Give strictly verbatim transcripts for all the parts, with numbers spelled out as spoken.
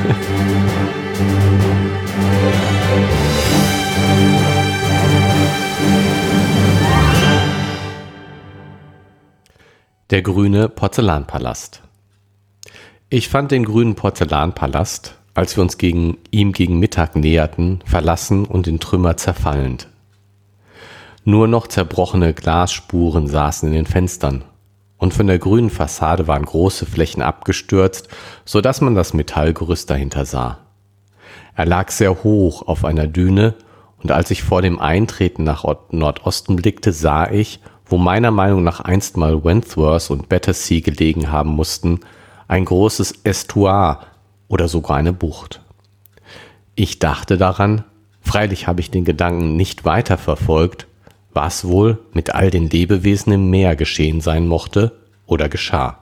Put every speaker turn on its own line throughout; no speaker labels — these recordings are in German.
Der grüne Porzellanpalast. Ich fand den grünen Porzellanpalast, als wir uns gegen, ihm gegen Mittag näherten, verlassen und in Trümmer zerfallend. Nur noch zerbrochene Glasspuren saßen in den Fenstern, und von der grünen Fassade waren große Flächen abgestürzt, so dass man das Metallgerüst dahinter sah. Er lag sehr hoch auf einer Düne, und als ich vor dem Eintreten nach Nordosten blickte, sah ich, wo meiner Meinung nach einstmal Wentworth und Battersea gelegen haben mussten, ein großes Estuar oder sogar eine Bucht. Ich dachte daran, freilich habe ich den Gedanken nicht weiter verfolgt, was wohl mit all den Lebewesen im Meer geschehen sein mochte oder geschah.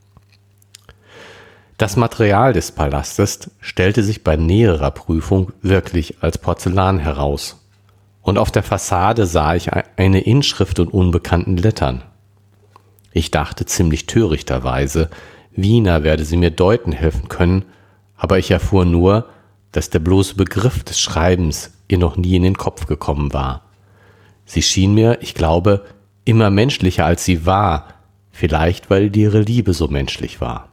Das Material des Palastes stellte sich bei näherer Prüfung wirklich als Porzellan heraus. Und auf der Fassade sah ich eine Inschrift in unbekannten Lettern. Ich dachte ziemlich törichterweise, Wiener werde sie mir deuten helfen können, aber ich erfuhr nur, dass der bloße Begriff des Schreibens ihr noch nie in den Kopf gekommen war. Sie schien mir, ich glaube, immer menschlicher als sie war, vielleicht weil ihre Liebe so menschlich war.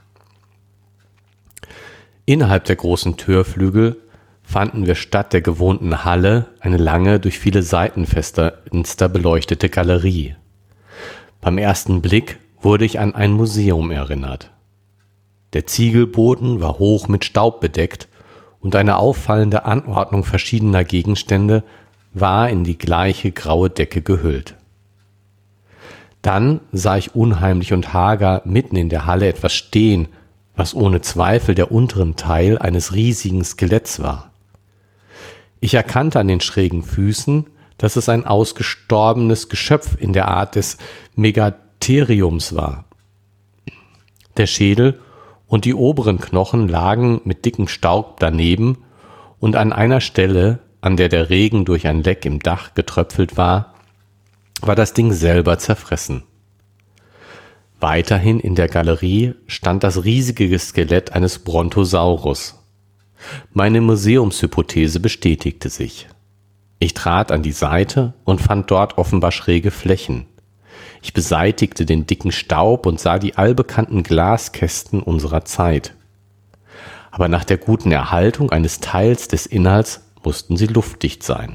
Innerhalb der großen Türflügel fanden wir statt der gewohnten Halle eine lange, durch viele Seitenfenster beleuchtete Galerie. Beim ersten Blick wurde ich an ein Museum erinnert. Der Ziegelboden war hoch mit Staub bedeckt und eine auffallende Anordnung verschiedener Gegenstände war in die gleiche graue Decke gehüllt. Dann sah ich unheimlich und hager mitten in der Halle etwas stehen, was ohne Zweifel der unteren Teil eines riesigen Skeletts war. Ich erkannte an den schrägen Füßen, dass es ein ausgestorbenes Geschöpf in der Art des Megatheriums war. Der Schädel und die oberen Knochen lagen mit dickem Staub daneben und an einer Stelle, an der der Regen durch ein Leck im Dach getröpfelt war, war das Ding selber zerfressen. Weiterhin in der Galerie stand das riesige Skelett eines Brontosaurus. Meine Museumshypothese bestätigte sich. Ich trat an die Seite und fand dort offenbar schräge Flächen. Ich beseitigte den dicken Staub und sah die allbekannten Glaskästen unserer Zeit. Aber nach der guten Erhaltung eines Teils des Inhalts mussten sie luftdicht sein.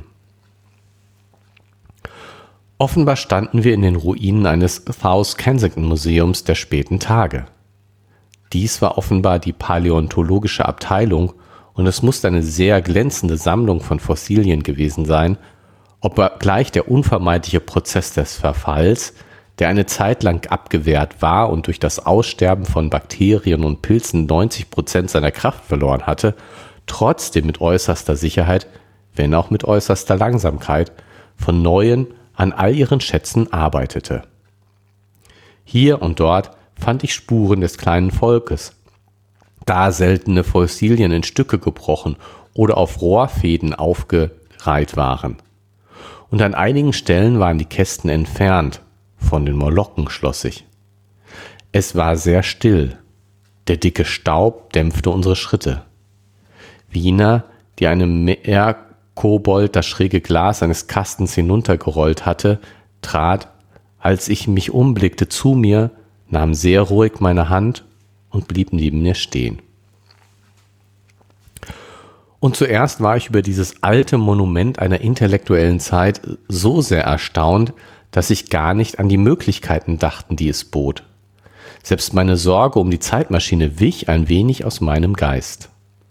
Offenbar standen wir in den Ruinen eines South Kensington Museums der späten Tage. Dies war offenbar die paläontologische Abteilung und es musste eine sehr glänzende Sammlung von Fossilien gewesen sein, obgleich der unvermeidliche Prozess des Verfalls, der eine Zeit lang abgewehrt war und durch das Aussterben von Bakterien und Pilzen neunzig Prozent seiner Kraft verloren hatte, trotzdem mit äußerster Sicherheit, wenn auch mit äußerster Langsamkeit, von Neuem an all ihren Schätzen arbeitete. Hier und dort fand ich Spuren des kleinen Volkes, da seltene Fossilien in Stücke gebrochen oder auf Rohrfäden aufgereiht waren. Und an einigen Stellen waren die Kästen entfernt, von den Molokken schloss ich. Es war sehr still, der dicke Staub dämpfte unsere Schritte. Wiener, die einem Meerkobold das schräge Glas eines Kastens hinuntergerollt hatte, trat, als ich mich umblickte, zu mir, nahm sehr ruhig meine Hand und blieb neben mir stehen. Und zuerst war ich über dieses alte Monument einer intellektuellen Zeit so sehr erstaunt, dass ich gar nicht an die Möglichkeiten dachte, die es bot. Selbst meine Sorge um die Zeitmaschine wich ein wenig aus meinem Geist.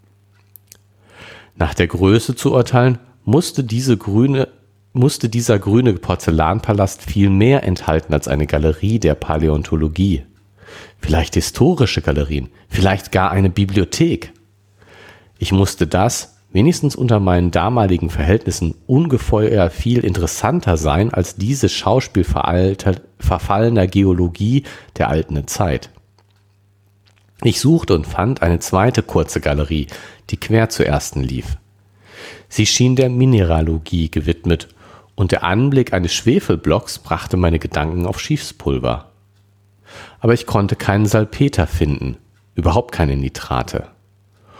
Nach der Größe zu urteilen, musste, diese grüne, musste dieser grüne Porzellanpalast viel mehr enthalten als eine Galerie der Paläontologie. Vielleicht historische Galerien, vielleicht gar eine Bibliothek. Ich musste das, wenigstens unter meinen damaligen Verhältnissen, ungeheuer viel interessanter sein als diese Schauspiel verfallener Geologie der alten Zeit. Ich suchte und fand eine zweite kurze Galerie, die quer zur ersten lief. Sie schien der Mineralogie gewidmet und der Anblick eines Schwefelblocks brachte meine Gedanken auf Schiffspulver. Aber ich konnte keinen Salpeter finden, überhaupt keine Nitrate.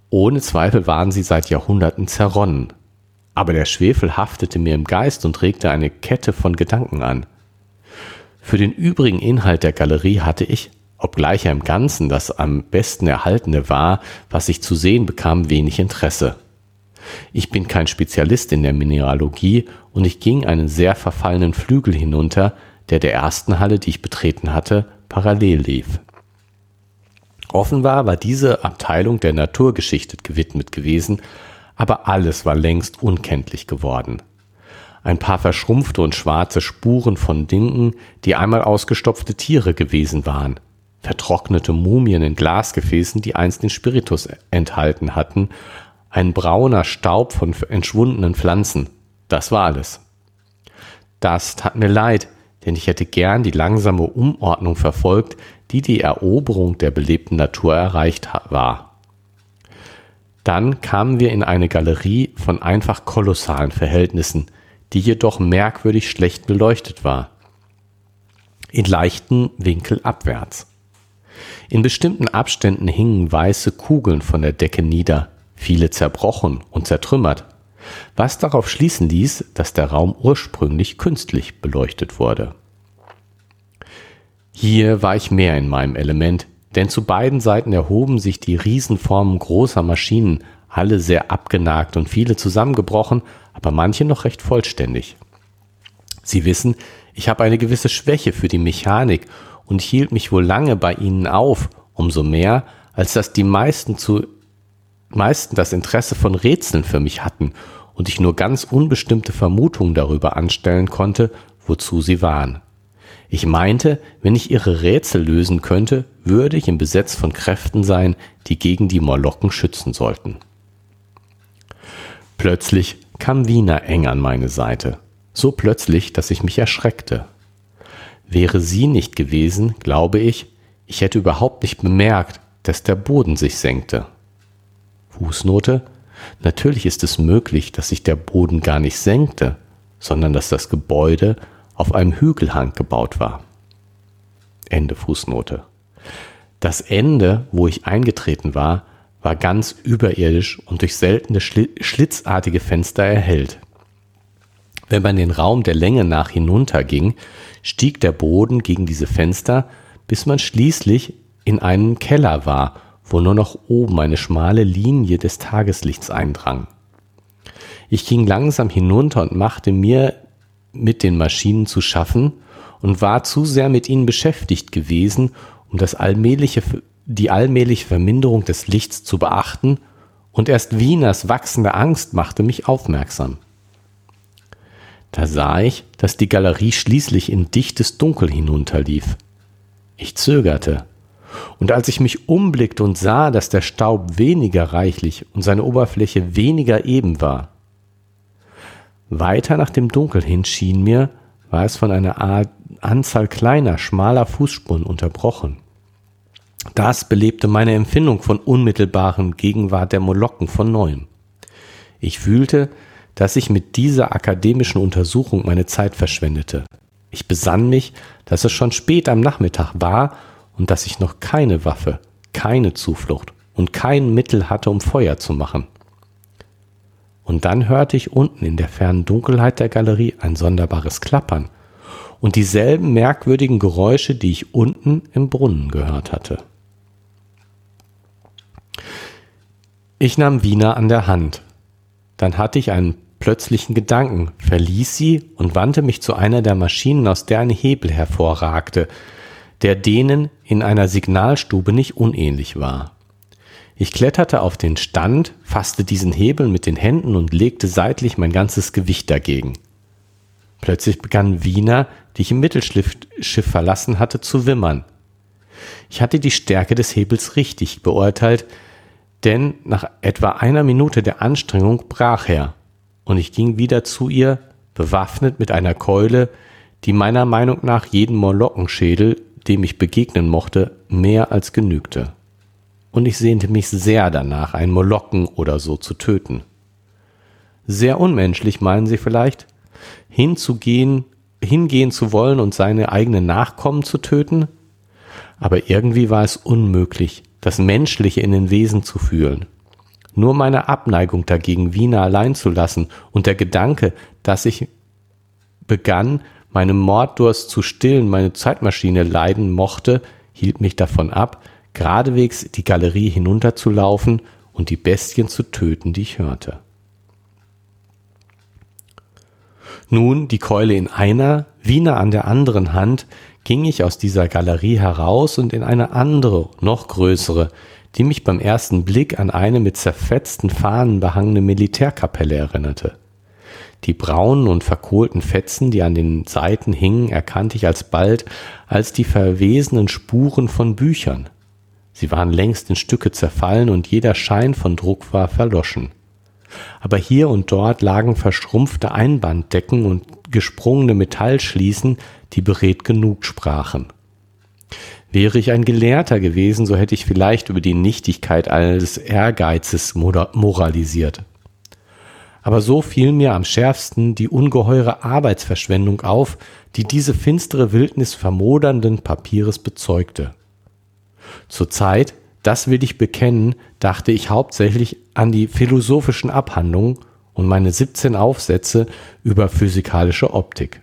Ohne Zweifel waren sie seit Jahrhunderten zerronnen. Aber der Schwefel haftete mir im Geist und regte eine Kette von Gedanken an. Für den übrigen Inhalt der Galerie hatte ich, obgleich er im Ganzen das am besten erhaltene war, was ich zu sehen bekam, wenig Interesse. Ich bin kein Spezialist in der Mineralogie und ich ging einen sehr verfallenen Flügel hinunter, der der ersten Halle, die ich betreten hatte, parallel lief. Offenbar war diese Abteilung der Naturgeschichte gewidmet gewesen, aber alles war längst unkenntlich geworden. Ein paar verschrumpfte und schwarze Spuren von Dingen, die einmal ausgestopfte Tiere gewesen waren, vertrocknete Mumien in Glasgefäßen, die einst den Spiritus enthalten hatten, ein brauner Staub von entschwundenen Pflanzen, das war alles. Das tat mir leid, denn ich hätte gern die langsame Umordnung verfolgt, die die Eroberung der belebten Natur erreicht war. Dann kamen wir in eine Galerie von einfach kolossalen Verhältnissen, die jedoch merkwürdig schlecht beleuchtet war. In leichten Winkel abwärts. In bestimmten Abständen hingen weiße Kugeln von der Decke nieder, viele zerbrochen und zertrümmert, was darauf schließen ließ, dass der Raum ursprünglich künstlich beleuchtet wurde. Hier war ich mehr in meinem Element, denn zu beiden Seiten erhoben sich die Riesenformen großer Maschinen, alle sehr abgenagt und viele zusammengebrochen, aber manche noch recht vollständig. Sie wissen, ich habe eine gewisse Schwäche für die Mechanik und hielt mich wohl lange bei ihnen auf, umso mehr, als dass die meisten, zu, meisten das Interesse von Rätseln für mich hatten und ich nur ganz unbestimmte Vermutungen darüber anstellen konnte, wozu sie waren. Ich meinte, wenn ich ihre Rätsel lösen könnte, würde ich im Besitz von Kräften sein, die gegen die Morlocken schützen sollten. Plötzlich kam Wiener eng an meine Seite. So plötzlich, dass ich mich erschreckte. Wäre sie nicht gewesen, glaube ich, ich hätte überhaupt nicht bemerkt, dass der Boden sich senkte. Fußnote: Natürlich ist es möglich, dass sich der Boden gar nicht senkte, sondern dass das Gebäude auf einem Hügelhang gebaut war. Ende Fußnote. Das Ende, wo ich eingetreten war, war ganz überirdisch und durch seltene schlitzartige Fenster erhellt. Wenn man den Raum der Länge nach hinunterging, stieg der Boden gegen diese Fenster, bis man schließlich in einen Keller war, wo nur noch oben eine schmale Linie des Tageslichts eindrang. Ich ging langsam hinunter und machte mir mit den Maschinen zu schaffen und war zu sehr mit ihnen beschäftigt gewesen, um das allmähliche, die allmähliche Verminderung des Lichts zu beachten, und erst Wieners wachsende Angst machte mich aufmerksam. Da sah ich, dass die Galerie schließlich in dichtes Dunkel hinunterlief. Ich zögerte, und als ich mich umblickte und sah, dass der Staub weniger reichlich und seine Oberfläche weniger eben war, weiter nach dem Dunkel hin schien mir, war es von einer Art Anzahl kleiner, schmaler Fußspuren unterbrochen. Das belebte meine Empfindung von unmittelbaren Gegenwart der Molokken von neuem. Ich fühlte, dass ich mit dieser akademischen Untersuchung meine Zeit verschwendete. Ich besann mich, dass es schon spät am Nachmittag war und dass ich noch keine Waffe, keine Zuflucht und kein Mittel hatte, um Feuer zu machen. Und dann hörte ich unten in der fernen Dunkelheit der Galerie ein sonderbares Klappern und dieselben merkwürdigen Geräusche, die ich unten im Brunnen gehört hatte. Ich nahm Wiener an der Hand. Dann hatte ich einen plötzlichen Gedanken, verließ sie und wandte mich zu einer der Maschinen, aus der ein Hebel hervorragte, der denen in einer Signalstube nicht unähnlich war. Ich kletterte auf den Stand, fasste diesen Hebel mit den Händen und legte seitlich mein ganzes Gewicht dagegen. Plötzlich begann Wiener, die ich im Mittelschiff verlassen hatte, zu wimmern. Ich hatte die Stärke des Hebels richtig beurteilt, denn nach etwa einer Minute der Anstrengung brach er, und ich ging wieder zu ihr, bewaffnet mit einer Keule, die meiner Meinung nach jeden Morlockenschädel, dem ich begegnen mochte, mehr als genügte. Und ich sehnte mich sehr danach, einen Molokken oder so zu töten. Sehr unmenschlich, meinen Sie vielleicht, hinzugehen, hingehen zu wollen und seine eigenen Nachkommen zu töten? Aber irgendwie war es unmöglich, das Menschliche in den Wesen zu fühlen. Nur meine Abneigung dagegen, Wiener allein zu lassen und der Gedanke, dass ich begann, meinen Morddurst zu stillen, meine Zeitmaschine leiden mochte, hielt mich davon ab, geradewegs die Galerie hinunterzulaufen und die Bestien zu töten, die ich hörte. Nun, die Keule in einer, Wiener an der anderen Hand, ging ich aus dieser Galerie heraus und in eine andere, noch größere, die mich beim ersten Blick an eine mit zerfetzten Fahnen behangene Militärkapelle erinnerte. Die braunen und verkohlten Fetzen, die an den Seiten hingen, erkannte ich alsbald als die verwesenen Spuren von Büchern. Sie waren längst in Stücke zerfallen und jeder Schein von Druck war verloschen. Aber hier und dort lagen verschrumpfte Einbanddecken und gesprungene Metallschließen, die beredt genug sprachen. Wäre ich ein Gelehrter gewesen, so hätte ich vielleicht über die Nichtigkeit eines Ehrgeizes moralisiert. Aber so fiel mir am schärfsten die ungeheure Arbeitsverschwendung auf, die diese finstere Wildnis vermodernden Papieres bezeugte. Zur Zeit, das will ich bekennen, dachte ich hauptsächlich an die philosophischen Abhandlungen und meine siebzehn Aufsätze über physikalische Optik.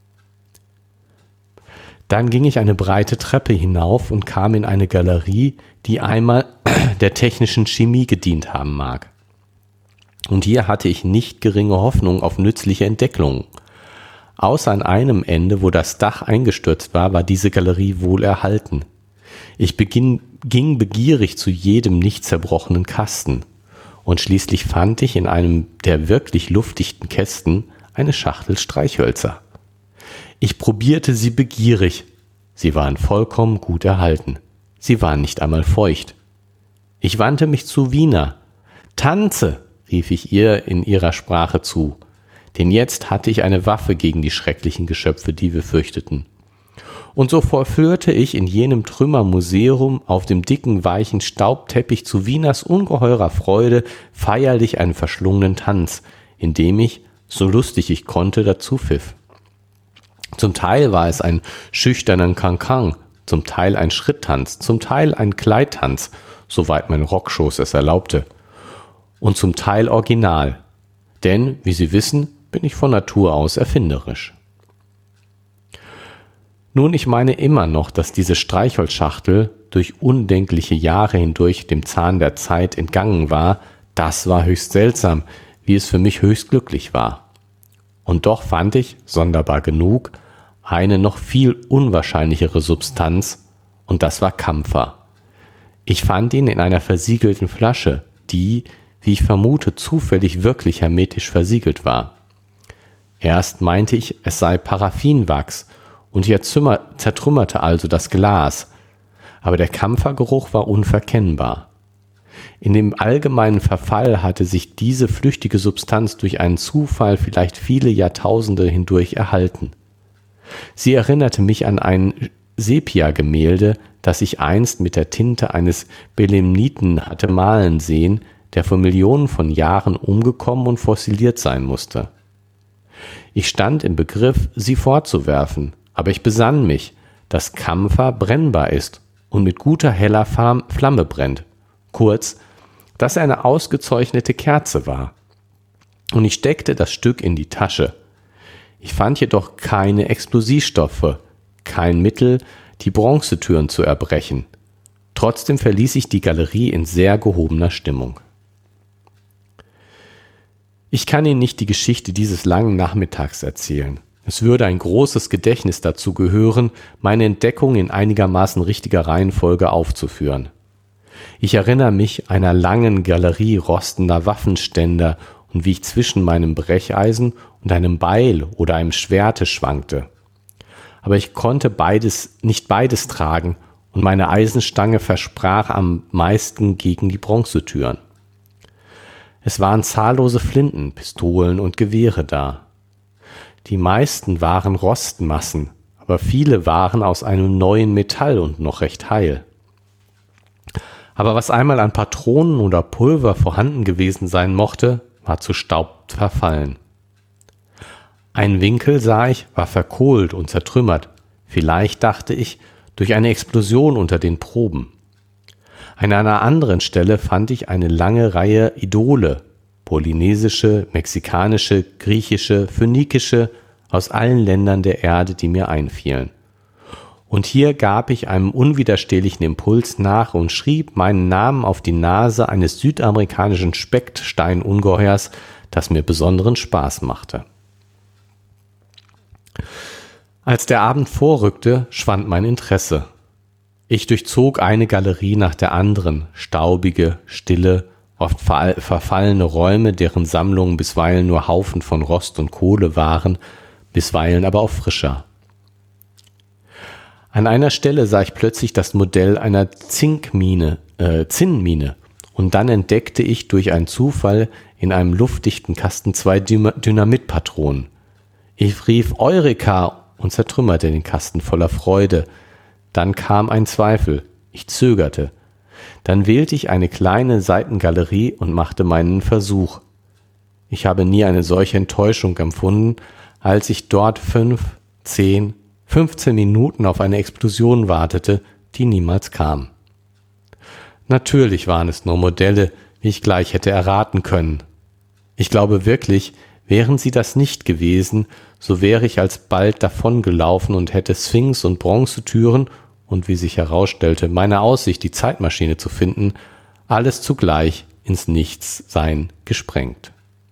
Dann ging ich eine breite Treppe hinauf und kam in eine Galerie, die einmal der technischen Chemie gedient haben mag. Und hier hatte ich nicht geringe Hoffnung auf nützliche Entdeckungen. Außer an einem Ende, wo das Dach eingestürzt war, war diese Galerie wohl erhalten. Ich beginn, ging begierig zu jedem nicht zerbrochenen Kasten. Und schließlich fand ich in einem der wirklich luftdichten Kästen eine Schachtel Streichhölzer. Ich probierte sie begierig. Sie waren vollkommen gut erhalten. Sie waren nicht einmal feucht. Ich wandte mich zu Wiener. »Tanze«, rief ich ihr in ihrer Sprache zu, denn jetzt hatte ich eine Waffe gegen die schrecklichen Geschöpfe, die wir fürchteten. Und so vollführte ich in jenem Trümmermuseum auf dem dicken, weichen Staubteppich zu Wieners ungeheurer Freude feierlich einen verschlungenen Tanz, in dem ich, so lustig ich konnte, dazu pfiff. Zum Teil war es ein schüchterner Cancan, zum Teil ein Schritttanz, zum Teil ein Gleittanz, soweit mein Rockschoß es erlaubte, und zum Teil original, denn, wie Sie wissen, bin ich von Natur aus erfinderisch. Nun, ich meine immer noch, dass diese Streichholzschachtel durch undenkliche Jahre hindurch dem Zahn der Zeit entgangen war. Das war höchst seltsam, wie es für mich höchst glücklich war. Und doch fand ich, sonderbar genug, eine noch viel unwahrscheinlichere Substanz, und das war Kampfer. Ich fand ihn in einer versiegelten Flasche, die, wie ich vermute, zufällig wirklich hermetisch versiegelt war. Erst meinte ich, es sei Paraffinwachs, und ich zertrümmerte also das Glas, aber der Kampfergeruch war unverkennbar. In dem allgemeinen Verfall hatte sich diese flüchtige Substanz durch einen Zufall vielleicht viele Jahrtausende hindurch erhalten. Sie erinnerte mich an ein Sepia-Gemälde, das ich einst mit der Tinte eines Belemniten hatte malen sehen, der vor Millionen von Jahren umgekommen und fossiliert sein musste. Ich stand im Begriff, sie fortzuwerfen, aber ich besann mich, dass Kampfer brennbar ist und mit guter heller Flamme brennt. Kurz, dass er eine ausgezeichnete Kerze war. Und ich steckte das Stück in die Tasche. Ich fand jedoch keine Explosivstoffe, kein Mittel, die Bronzetüren zu erbrechen. Trotzdem verließ ich die Galerie in sehr gehobener Stimmung. Ich kann Ihnen nicht die Geschichte dieses langen Nachmittags erzählen. Es würde ein großes Gedächtnis dazu gehören, meine Entdeckung in einigermaßen richtiger Reihenfolge aufzuführen. Ich erinnere mich einer langen Galerie rostender Waffenständer und wie ich zwischen meinem Brecheisen und einem Beil oder einem Schwerte schwankte. Aber ich konnte beides, nicht beides tragen und meine Eisenstange versprach am meisten gegen die Bronzetüren. Es waren zahllose Flinten, Pistolen und Gewehre da. Die meisten waren Rostmassen, aber viele waren aus einem neuen Metall und noch recht heil. Aber was einmal an Patronen oder Pulver vorhanden gewesen sein mochte, war zu Staub verfallen. Ein Winkel, sah ich, war verkohlt und zertrümmert, vielleicht, dachte ich, durch eine Explosion unter den Proben. An einer anderen Stelle fand ich eine lange Reihe Idole, polynesische, mexikanische, griechische, phönikische, aus allen Ländern der Erde, die mir einfielen. Und hier gab ich einem unwiderstehlichen Impuls nach und schrieb meinen Namen auf die Nase eines südamerikanischen Specksteinungeheuers, das mir besonderen Spaß machte. Als der Abend vorrückte, schwand mein Interesse. Ich durchzog eine Galerie nach der anderen, staubige, stille, oft verfallene Räume, deren Sammlungen bisweilen nur Haufen von Rost und Kohle waren, bisweilen aber auch frischer. An einer Stelle sah ich plötzlich das Modell einer Zinkmine, äh, Zinnmine, und dann entdeckte ich durch einen Zufall in einem luftdichten Kasten zwei Dynamitpatronen. Ich rief Eureka und zertrümmerte den Kasten voller Freude. Dann kam ein Zweifel. Ich zögerte. Dann wählte ich eine kleine Seitengalerie und machte meinen Versuch. Ich habe nie eine solche Enttäuschung empfunden, als ich dort fünf, zehn, fünfzehn Minuten auf eine Explosion wartete, die niemals kam. Natürlich waren es nur Modelle, wie ich gleich hätte erraten können. Ich glaube wirklich, wären sie das nicht gewesen, so wäre ich alsbald davongelaufen und hätte Sphinx und Bronzetüren und, wie sich herausstellte, meine Aussicht, die Zeitmaschine zu finden, alles zugleich ins Nichtssein gesprengt.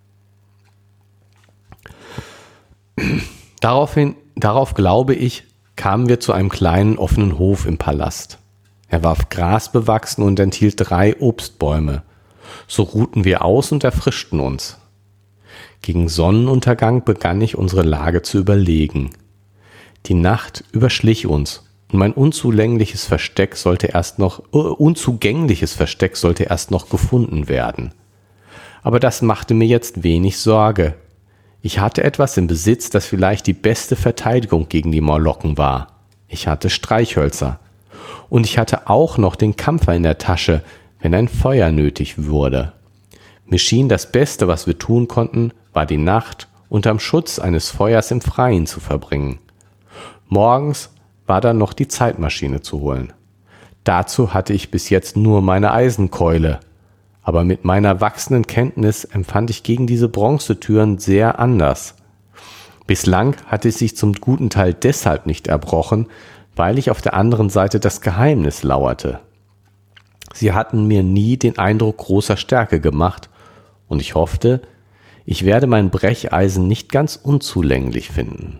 Daraufhin, darauf glaube ich, kamen wir zu einem kleinen offenen Hof im Palast. Er war grasbewachsen und enthielt drei Obstbäume. So ruhten wir aus und erfrischten uns. Gegen Sonnenuntergang begann ich unsere Lage zu überlegen. Die Nacht überschlich uns und mein unzugängliches Versteck sollte erst noch, uh, unzugängliches Versteck sollte erst noch gefunden werden. Aber das machte mir jetzt wenig Sorge. Ich hatte etwas im Besitz, das vielleicht die beste Verteidigung gegen die Morlocken war. Ich hatte Streichhölzer. Und ich hatte auch noch den Kampfer in der Tasche, wenn ein Feuer nötig wurde. Mir schien, das Beste, was wir tun konnten, war die Nacht unterm Schutz eines Feuers im Freien zu verbringen. Morgens war dann noch die Zeitmaschine zu holen. Dazu hatte ich bis jetzt nur meine Eisenkeule. Aber mit meiner wachsenden Kenntnis empfand ich gegen diese Bronzetüren sehr anders. Bislang hatte es sich zum guten Teil deshalb nicht erbrochen, weil ich auf der anderen Seite das Geheimnis lauerte. Sie hatten mir nie den Eindruck großer Stärke gemacht, und ich hoffte, ich werde mein Brecheisen nicht ganz unzulänglich finden.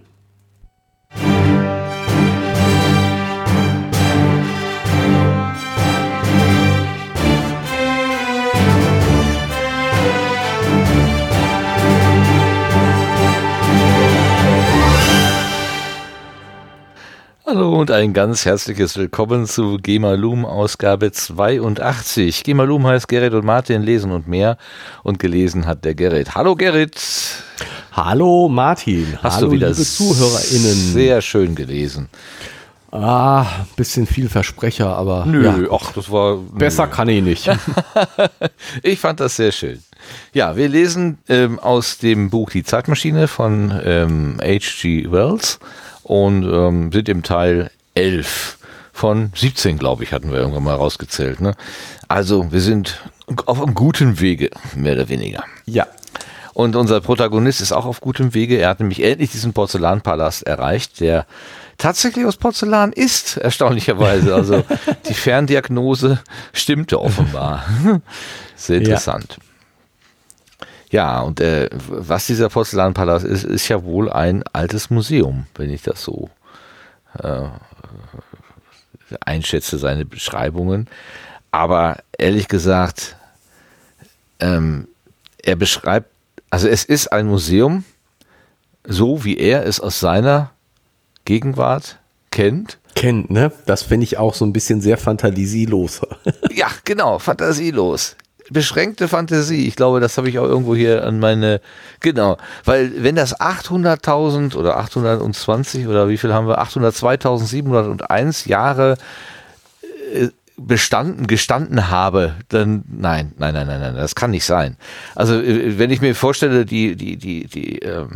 Hallo und ein ganz herzliches Willkommen zu Gemalum Ausgabe zweiundachtzig. Gemalum heißt Gerrit und Martin, lesen und mehr, und gelesen hat der Gerrit. Hallo Gerrit.
Hallo Martin.
Hast
Hallo
du wieder
liebe ZuhörerInnen.
Sehr schön gelesen.
Ah, bisschen viel Versprecher, aber
Nö,
ja,
ach, das war...
besser kann ich nicht.
Ich fand das sehr schön. Ja, wir lesen ähm, aus dem Buch Die Zeitmaschine von ähm, H G Wells. Und ähm, sind im Teil elf von siebzehn, glaube ich, hatten wir irgendwann mal rausgezählt. Ne? Also wir sind auf einem guten Wege, mehr oder weniger.
Ja.
Und unser Protagonist ist auch auf gutem Wege. Er hat nämlich endlich diesen Porzellanpalast erreicht, der tatsächlich aus Porzellan ist, erstaunlicherweise. Also die Ferndiagnose stimmte offenbar. Sehr interessant. Ja. Ja, und äh, was dieser Porzellanpalast ist, ist ja wohl ein altes Museum, wenn ich das so äh, einschätze, seine Beschreibungen. Aber ehrlich gesagt, ähm, er beschreibt, also es ist ein Museum, so wie er es aus seiner Gegenwart kennt.
Kennt, ne? Das finde ich auch so ein bisschen sehr fantasielos.
Ja, genau, fantasielos. Beschränkte Fantasie. Ich glaube, das habe ich auch irgendwo hier an meine, genau, weil wenn das achthunderttausend oder achthundertzwanzig oder wie viel haben wir, achthundertzweitausendsiebenhunderteins Jahre äh, bestanden, gestanden habe, dann nein, nein, nein, nein, nein, das kann nicht sein. Also wenn ich mir vorstelle, die, die, die, die, ähm,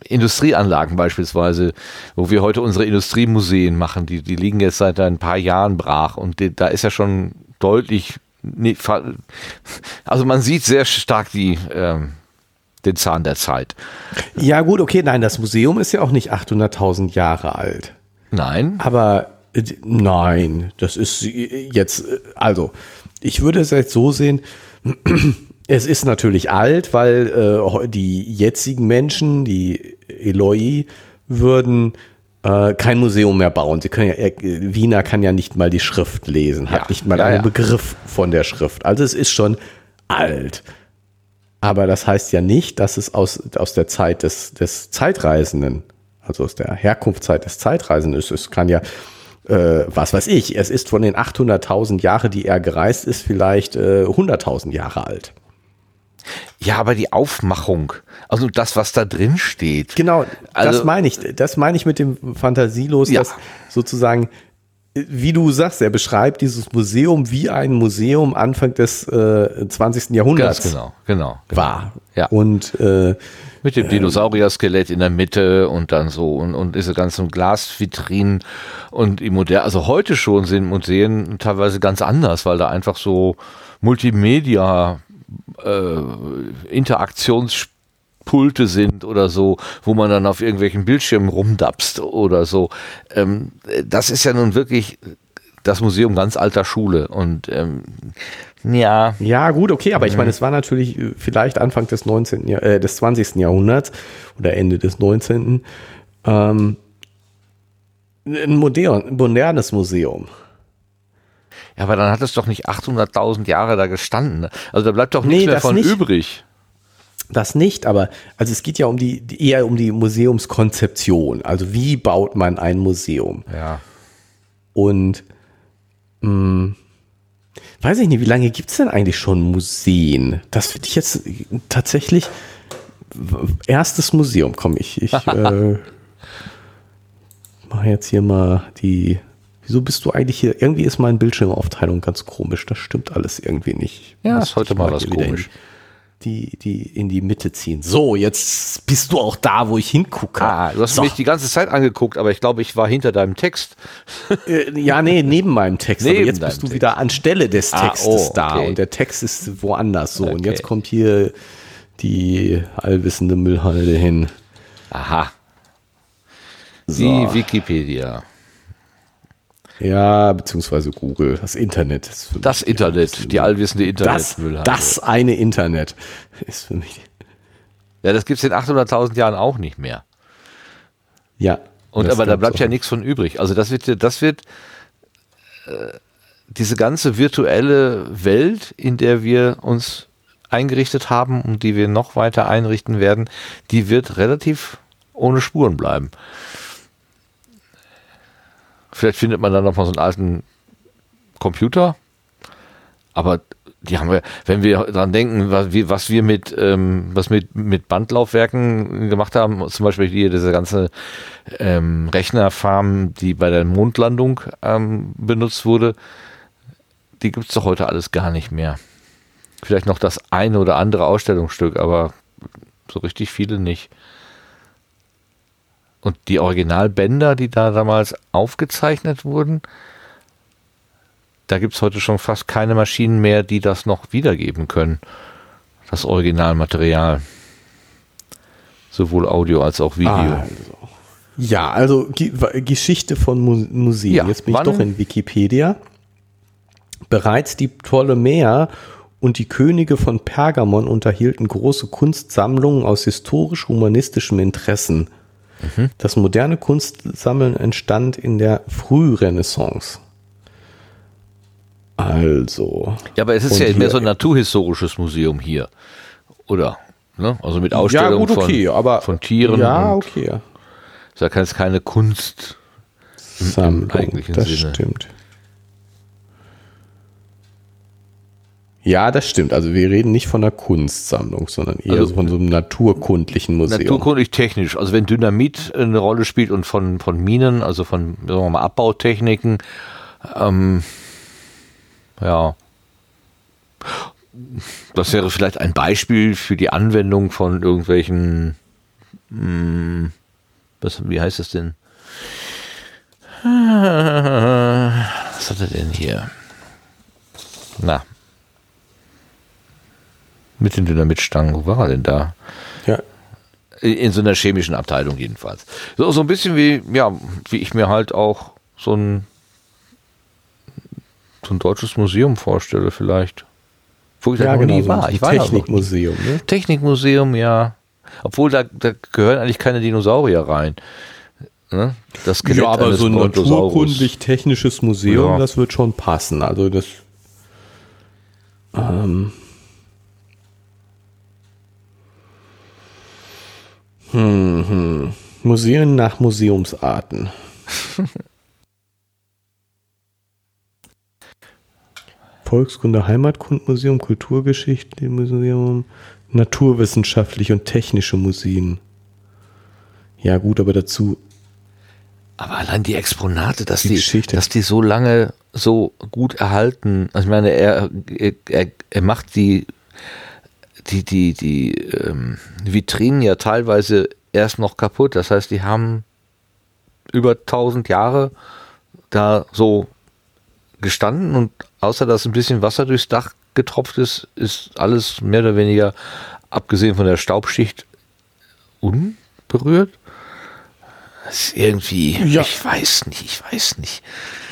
Industrieanlagen beispielsweise, wo wir heute unsere Industriemuseen machen, die, die liegen jetzt seit ein paar Jahren brach und die, da ist ja schon deutlich, also man sieht sehr stark die, ähm, den Zahn der Zeit.
Ja gut, okay, nein, das Museum ist ja auch nicht achthunderttausend Jahre alt.
Nein.
Aber äh, nein, das ist jetzt, also ich würde es jetzt so sehen, es ist natürlich alt, weil äh, die jetzigen Menschen, die Eloi, würden äh, kein Museum mehr bauen. Sie können ja, äh, Wiener kann ja nicht mal die Schrift lesen,
ja.
hat nicht mal
ja,
einen
ja.
Begriff von der Schrift. Also es ist schon alt. Aber das heißt ja nicht, dass es aus, aus der Zeit des, des Zeitreisenden, also aus der Herkunftszeit des Zeitreisenden ist. Es kann ja, äh, was weiß ich, es ist von den achthunderttausend Jahren, die er gereist ist, vielleicht äh, hunderttausend Jahre alt.
Ja, aber die Aufmachung, also das, was da drin steht.
Genau,
also,
das meine ich, das meine ich mit dem Fantasielos,
ja.
dass sozusagen, wie du sagst, er beschreibt dieses Museum wie ein Museum Anfang des äh, zwanzigsten Jahrhunderts.
Ganz genau, genau, genau.
War.
Ja.
Und äh,
mit dem Dinosaurier-Skelett in der Mitte und dann so und, und diese ganzen Glasvitrinen und im Modell, also heute schon sind Museen teilweise ganz anders, weil da einfach so Multimedia äh, Interaktionspulte sind oder so, wo man dann auf irgendwelchen Bildschirmen rumdapst oder so. Ähm, das ist ja nun wirklich das Museum ganz alter Schule und ähm, ja.
Ja, gut, okay, aber ich
Mhm.
meine, es war natürlich vielleicht Anfang des neunzehnten. Jahr, äh, des zwanzigsten. Jahrhunderts oder Ende des neunzehnten. Ähm, ein modern, modernes Museum.
Ja, aber dann hat es doch nicht achthunderttausend Jahre da gestanden. Also da bleibt doch nichts
Nee,
mehr
das
von
nicht.
übrig.
Das nicht, aber also es geht ja um die die- eher um die Museumskonzeption. Also wie baut man ein Museum?
Ja.
Und mh, weiß ich nicht, wie lange gibt es denn eigentlich schon Museen? Das finde ich jetzt tatsächlich w- erstes Museum. Komm, ich, ich äh, mache jetzt hier mal die. Wieso bist du eigentlich hier? Irgendwie ist meine Bildschirmaufteilung ganz komisch. Das stimmt alles irgendwie nicht.
Ja,
Muss
ist heute
ich
mal was
hier wieder
komisch.
In die, die in die Mitte ziehen. So, jetzt bist du auch da, wo ich hingucke.
Ah, du hast
so.
mich die ganze Zeit angeguckt, aber ich glaube, ich war hinter deinem Text.
Äh, ja, nee, neben meinem Text.
Neben
aber jetzt
deinem
bist du
Text.
wieder anstelle des
Ah,
Textes
oh,
da
okay.
und der Text ist woanders so. Und
Okay.
jetzt kommt hier die allwissende Müllhalde hin.
Aha.
So.
Die Wikipedia.
Ja, beziehungsweise Google, das Internet. Ist für
Das
mich
Internet, die allwissende
das,
Internet.
das eine Internet ist für mich.
Ja, das gibt es in achthunderttausend Jahren auch nicht mehr.
Ja.
Und
das
aber da
gab's
bleibt
auch.
ja nichts von übrig. Also das wird, das wird äh, diese ganze virtuelle Welt, in der wir uns eingerichtet haben und die wir noch weiter einrichten werden, die wird relativ ohne Spuren bleiben. Vielleicht findet man dann noch mal so einen alten Computer, aber die haben wir, wenn wir dran denken, was wir, was wir mit, ähm, was mit, mit Bandlaufwerken gemacht haben, zum Beispiel hier diese ganze ähm, Rechnerfarm, die bei der Mondlandung ähm, benutzt wurde, die gibt es doch heute alles gar nicht mehr. Vielleicht noch das eine oder andere Ausstellungsstück, aber so richtig viele nicht. Und die Originalbänder, die da damals aufgezeichnet wurden, da gibt es heute schon fast keine Maschinen mehr, die das noch wiedergeben können. Das Originalmaterial. Sowohl Audio als auch Video.
Also. Ja, also G Geschichte von Mu Museen.
Ja,
Jetzt bin
wann-
ich doch in Wikipedia. Bereits die Ptolemäer und die Könige von Pergamon unterhielten große Kunstsammlungen aus historisch-humanistischem Interessen.
Mhm.
Das moderne Kunstsammeln entstand in der Frührenaissance. Also.
Ja, aber es ist
Und
ja mehr
hier-
so ein naturhistorisches Museum hier. Oder? Ne? Also mit Ausstellungen
ja, gut, okay,
von,
aber,
von Tieren.
Ja,
und
okay.
ist ja kein- ist keine Kunst.
Sammlung,
eigentlichen
das
Sinne.
stimmt. Ja, das stimmt. Also wir reden nicht von einer Kunstsammlung, sondern eher
Also-
so von so einem naturkundlichen Museum.
Naturkundig technisch. Also wenn Dynamit eine Rolle spielt und von, von Minen, also von sagen wir mal, Abbautechniken, ähm, ja, das wäre vielleicht ein Beispiel für die Anwendung von irgendwelchen Hm, was, wie heißt das denn? Was hat er denn hier? Na. Mit den Dynamitstangen, wo war er denn da?
Ja.
In so einer chemischen Abteilung jedenfalls. So, so ein bisschen wie, ja, wie ich mir halt auch so ein, so ein deutsches Museum vorstelle vielleicht. Wo ich
ja,
da noch
genau,
nie
so
war.
ein
Ich war
Technikmuseum, ne?
Technikmuseum, ja. Obwohl, da, da gehören eigentlich keine Dinosaurier rein. Ne? Das Skelett
ja, aber
eines
so ein
Brontosaurus.
naturkundlich-technisches Museum,
Ja.
das wird schon passen. Also das ähm, hm, hm. Museen nach Museumsarten. Volkskunde, Heimatkundmuseum, Kulturgeschichte-Museum, naturwissenschaftliche und technische Museen. Ja gut, aber dazu
Aber allein die Exponate, dass
Die
die,
Geschichte.
dass die so lange so gut erhalten. Also ich meine, er, er, er macht die, die, die, die ähm, Vitrinen ja teilweise erst noch kaputt. Das heißt, die haben über tausend Jahre da so gestanden und außer dass ein bisschen Wasser durchs Dach getropft ist, ist alles mehr oder weniger, abgesehen von der Staubschicht, unberührt. Das ist irgendwie,
Ja.
ich weiß nicht, ich weiß nicht.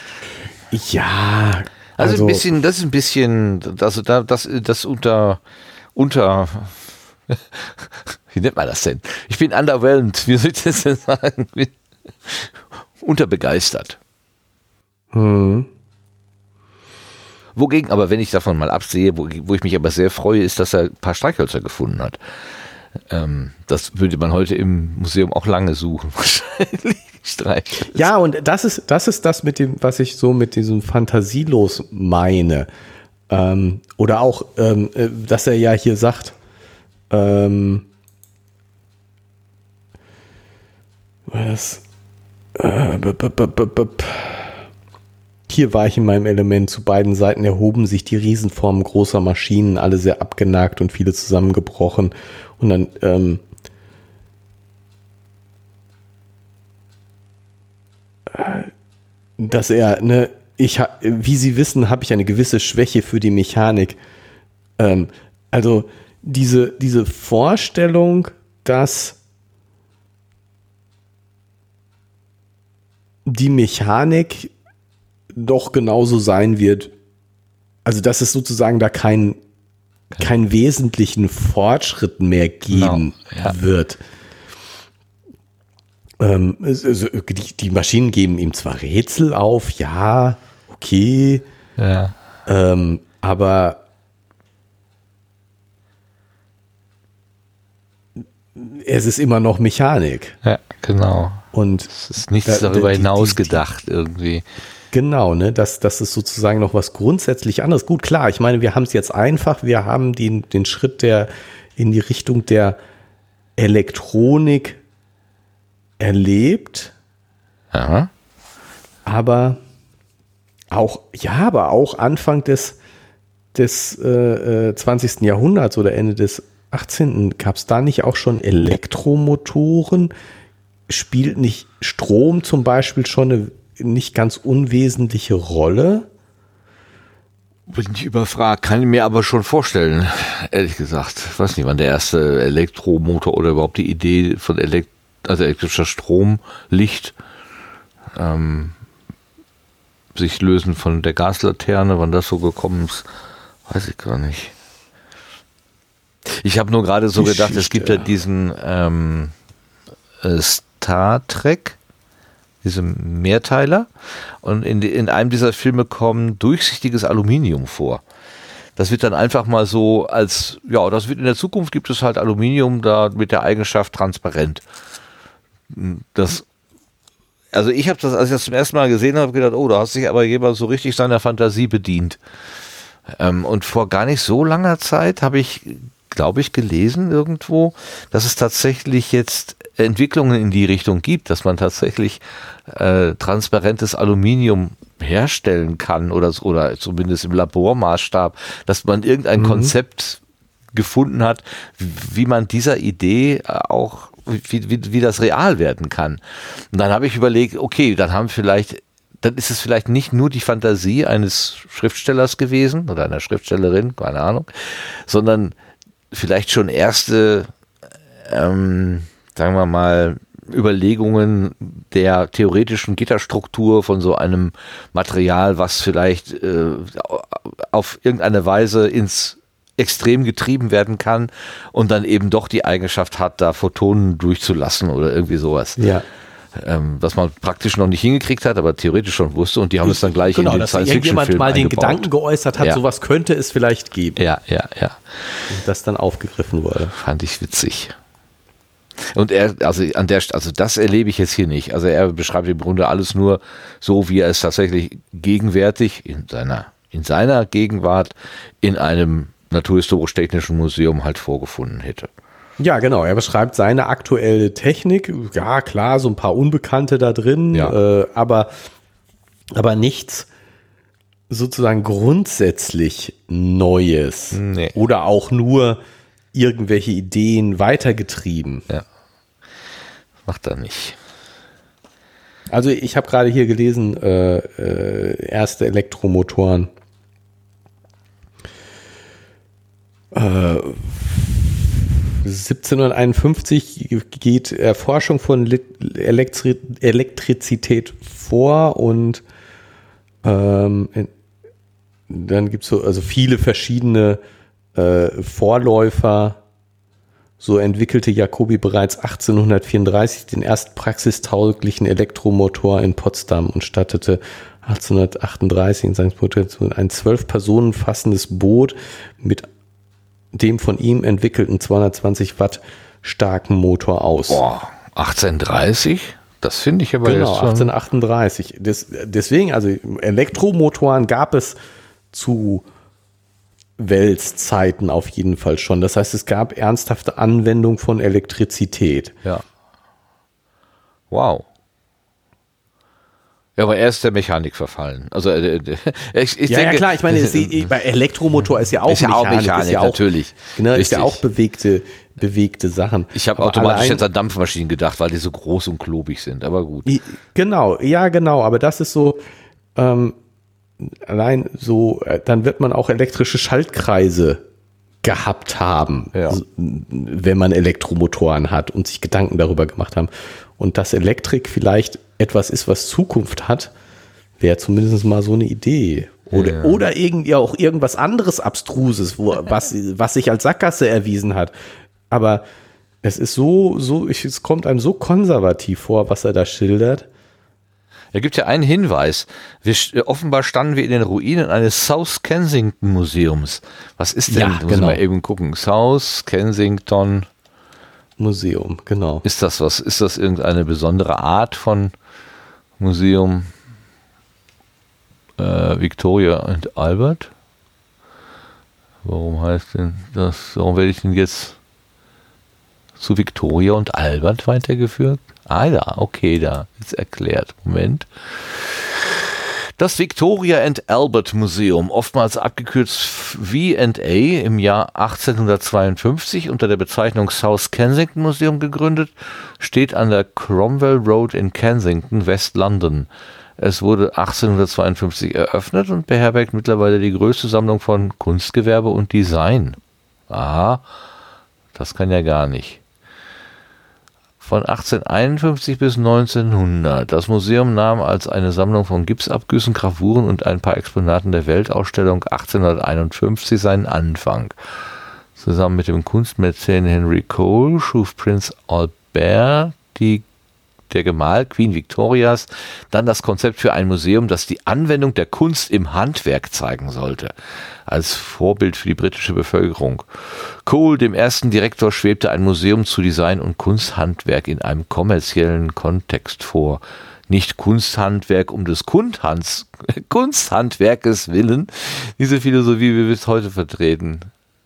ja,
Also,
also
ein bisschen, das ist ein bisschen, das, das, das, das unter, unter, wie nennt man das denn? Ich bin underwhelmed, wie soll ich das denn sagen? Bin unterbegeistert.
hm.
Wogegen, aber wenn ich davon mal absehe, wo, wo ich mich aber sehr freue, ist, dass er ein paar Streichhölzer gefunden hat. Ähm, das würde man heute im Museum auch lange suchen, wahrscheinlich. Streichhölzer.
Ja, und das ist, das ist das mit dem, was ich so mit diesem Fantasielos meine. Ähm, oder auch, ähm, äh, dass er ja hier sagt, ähm, was, äh, b, b, b, b, b, hier war ich in meinem Element, zu beiden Seiten erhoben sich die Riesenformen großer Maschinen, alle sehr abgenagt und viele zusammengebrochen. Und dann, ähm, dass er, ne, ich, ha- wie Sie wissen, habe ich eine gewisse Schwäche für die Mechanik. Ähm, also diese, diese Vorstellung, dass die Mechanik doch genauso sein wird, also dass es sozusagen da keinen keinen wesentlichen Fortschritt mehr geben
Genau, ja.
wird. Ähm, es- also die, die Maschinen geben ihm zwar Rätsel auf, ja, okay,
Ja.
ähm, aber es ist immer noch Mechanik.
Ja, genau.
Und
Es ist nichts
Da-
darüber
die- die-
hinaus
die-
gedacht irgendwie.
genau, ne, das, das ist sozusagen noch was grundsätzlich anderes. Gut, klar, ich meine, wir haben es jetzt einfach, wir haben den, den Schritt der in die Richtung der Elektronik erlebt,
Ja.
aber auch, ja, aber auch Anfang des, des äh, äh, zwanzigsten Jahrhunderts oder Ende des achtzehnten gab es da nicht auch schon Elektromotoren? Spielt nicht Strom zum Beispiel schon eine nicht ganz unwesentliche Rolle?
Bin ich überfragt, kann ich mir aber schon vorstellen, ehrlich gesagt. Ich weiß nicht, wann der erste Elektromotor oder überhaupt die Idee von Elekt also elektrischer Strom, Licht, ähm, sich lösen von der Gaslaterne, wann das so gekommen ist, weiß ich gar nicht. Ich habe nur gerade so gedacht, es gibt ja diesen ähm, äh, Star Trek, diese Mehrteiler, und in, die, in einem dieser Filme kommt durchsichtiges Aluminium vor. Das wird dann einfach mal so als, ja, das wird in der Zukunft gibt es halt Aluminium da mit der Eigenschaft transparent. Das, also ich habe das, als ich das zum ersten Mal gesehen habe, gedacht, oh, da hat sich aber jemand so richtig seiner Fantasie bedient. Ähm, und vor gar nicht so langer Zeit habe ich, glaube ich, gelesen irgendwo, dass es tatsächlich jetzt Entwicklungen in die Richtung gibt, dass man tatsächlich äh, transparentes Aluminium herstellen kann oder, oder zumindest im Labormaßstab, dass man irgendein
Mhm.
Konzept gefunden hat, wie man dieser Idee auch, wie, wie, wie das real werden kann. Und dann habe ich überlegt, okay, dann haben vielleicht, dann ist es vielleicht nicht nur die Fantasie eines Schriftstellers gewesen oder einer Schriftstellerin, keine Ahnung, sondern vielleicht schon erste, ähm, sagen wir mal, Überlegungen der theoretischen Gitterstruktur von so einem Material, was vielleicht äh, auf irgendeine Weise ins Extrem getrieben werden kann und dann eben doch die Eigenschaft hat, da Photonen durchzulassen oder irgendwie sowas.
Ja.
Ähm, was man praktisch noch nicht hingekriegt hat, aber theoretisch schon wusste und die haben es dann gleich
genau,
in den
dass irgendjemand
Science-Fiction-Film
mal den
eingebaut.
Gedanken geäußert hat,
Ja.
sowas könnte es vielleicht geben.
Ja, ja, ja.
Und das dann aufgegriffen wurde.
Fand ich witzig. Und er, also an der, also das erlebe ich jetzt hier nicht. Also er beschreibt im Grunde alles nur so, wie er es tatsächlich gegenwärtig in seiner, in seiner Gegenwart in einem naturhistorisch-technischen Museum halt vorgefunden hätte.
Ja, genau. Er beschreibt seine aktuelle Technik. Ja, klar, so ein paar Unbekannte da drin,
Ja.
äh, aber, aber nichts sozusagen grundsätzlich Neues.
Nee.
Oder auch nur irgendwelche Ideen weitergetrieben.
Ja. Macht er nicht.
Also ich habe gerade hier gelesen, äh, äh, erste Elektromotoren. Äh, siebzehnhunderteinundfünfzig geht Erforschung von Elektri- Elektrizität vor und ähm, dann gibt es so also viele verschiedene äh, Vorläufer. So entwickelte Jacobi bereits achtzehnhundertvierunddreißig den ersten praxistauglichen Elektromotor in Potsdam und stattete achtzehnhundertachtunddreißig in Sankt Petersburg ein zwölf Personen fassendes Boot mit dem von ihm entwickelten zweihundertzwanzig Watt starken Motor aus.
Boah, achtzehnhundertdreißig? Das finde ich aber
Genau,
jetzt schon.
achtzehnhundertachtunddreißig. Des, deswegen, also Elektromotoren gab es zu Weltzeiten auf jeden Fall schon. Das heißt, es gab ernsthafte Anwendung von Elektrizität.
Ja. Wow. Ja, aber er ist der Mechanik verfallen. Also äh, äh, ich, ich
Ja,
denke,
ja klar, ich meine, es, bei Elektromotor ist ja auch
ist ja auch
Mechanik,
Mechanik,
ist ja auch,
natürlich.
Ne, ist
Richtig.
ja auch bewegte, bewegte Sachen.
Ich habe
Aber
automatisch
allein-
jetzt an Dampfmaschinen gedacht, weil die so groß und klobig sind, aber gut.
I- Genau, ja, genau, aber das ist so, ähm, allein so, äh, dann wird man auch elektrische Schaltkreise gehabt haben,
Ja.
s- wenn man Elektromotoren hat und sich Gedanken darüber gemacht haben. Und dass Elektrik vielleicht etwas ist, was Zukunft hat, wäre zumindest mal so eine Idee. Oder,
Ja.
oder irgendwie auch irgendwas anderes Abstruses, wo, was, was sich als Sackgasse erwiesen hat. Aber es ist so, so, ich, es kommt einem so konservativ vor, was er da schildert.
Er gibt ja einen Hinweis. Wir, st- offenbar standen wir in den Ruinen eines South Kensington Museums. Was ist denn?
Ja,
Muss ich
genau.
mal eben gucken. South Kensington.
Museum, genau.
Ist das was? Ist das irgendeine besondere Art von Museum? Äh, Victoria und Albert? Warum heißt denn das? Warum werde ich denn jetzt zu Victoria und Albert weitergeführt? Ah ja, okay, da ist erklärt. Moment. Das Victoria and Albert Museum, oftmals abgekürzt V and A, im Jahr achtzehnhundertzweiundfünfzig unter der Bezeichnung South Kensington Museum gegründet, steht an der Cromwell Road in Kensington, West-London. Es wurde achtzehnhundertzweiundfünfzig eröffnet und beherbergt mittlerweile die größte Sammlung von Kunstgewerbe und Design. Aha, das kann ja gar nicht. Von achtzehnhunderteinundfünfzig bis neunzehnhundert. Das Museum nahm als eine Sammlung von Gipsabgüssen, Gravuren und ein paar Exponaten der Weltausstellung achtzehnhunderteinundfünfzig seinen Anfang. Zusammen mit dem Kunstmäzen Henry Cole schuf Prinz Albert, die, der Gemahl Queen Victorias, dann das Konzept für ein Museum, das die Anwendung der Kunst im Handwerk zeigen sollte, als Vorbild für die britische Bevölkerung. Cole, dem ersten Direktor, schwebte ein Museum zu Design und Kunsthandwerk in einem kommerziellen Kontext vor. Nicht Kunsthandwerk um des Kundhans, Kunsthandwerkes willen. Diese Philosophie wird bis heute vertreten.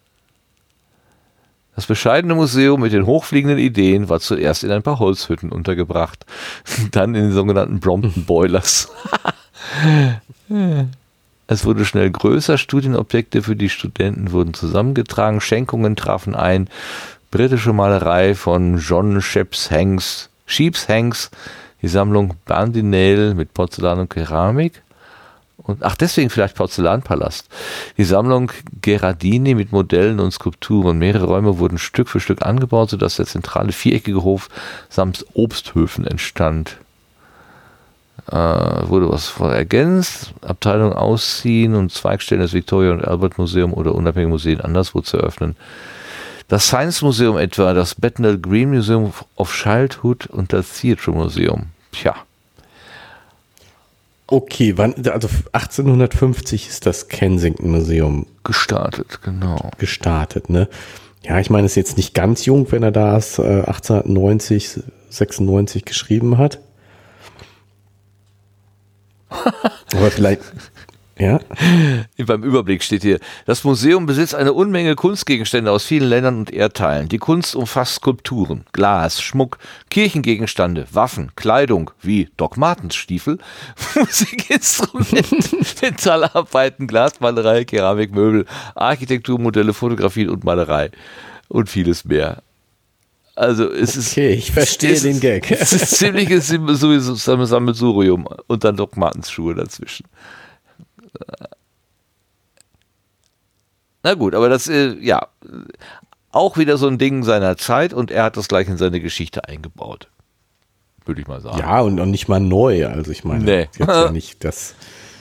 Das bescheidene Museum mit den hochfliegenden Ideen war zuerst in ein paar Holzhütten untergebracht, dann in den sogenannten Brompton Boilers. Es wurde schnell größer, Studienobjekte für die Studenten wurden zusammengetragen, Schenkungen trafen ein, britische Malerei von John Sheepshanks, Sheepshanks, die Sammlung Bandinel mit Porzellan und Keramik. Und, ach, deswegen vielleicht Porzellanpalast. Die Sammlung Gherardini mit Modellen und Skulpturen. Mehrere Räume wurden Stück für Stück angebaut, sodass der zentrale viereckige Hof samt Obsthöfen entstand. Äh, wurde was von ergänzt. Abteilung ausziehen und Zweigstellen des Victoria und Albert Museum oder unabhängige Museen anderswo zu eröffnen. Das Science Museum etwa, das Bethnal Green Museum of Childhood und das Theatre Museum. Tja.
Okay, wann, also achtzehnhundertfünfzig ist das Kensington Museum
gestartet, genau.
Gestartet, ne? Ja, ich meine, es ist jetzt nicht ganz jung, wenn er das äh, achtzehnhundertneunzig, sechsundneunzig geschrieben hat. Aber vielleicht, ja.
Beim Überblick steht hier, das Museum besitzt eine Unmenge Kunstgegenstände aus vielen Ländern und Erdteilen. Die Kunst umfasst Skulpturen, Glas, Schmuck, Kirchengegenstände, Waffen, Kleidung wie Doc Martens Stiefel, Musikinstrumente, Metallarbeiten, Glasmalerei, Keramik, Möbel, Architekturmodelle, Fotografien und Malerei und vieles mehr. Also es ist
okay, ich verstehe den Gag.
Es ist ziemliches sowieso Sammelsurium und dann Doc Martens Schuhe dazwischen. Na gut, aber das, äh, ja, auch wieder so ein Ding seiner Zeit und er hat das gleich in seine Geschichte eingebaut. Würde ich mal sagen.
Ja, und, und nicht mal neu. Also ich meine,
nee.
jetzt ja nicht das,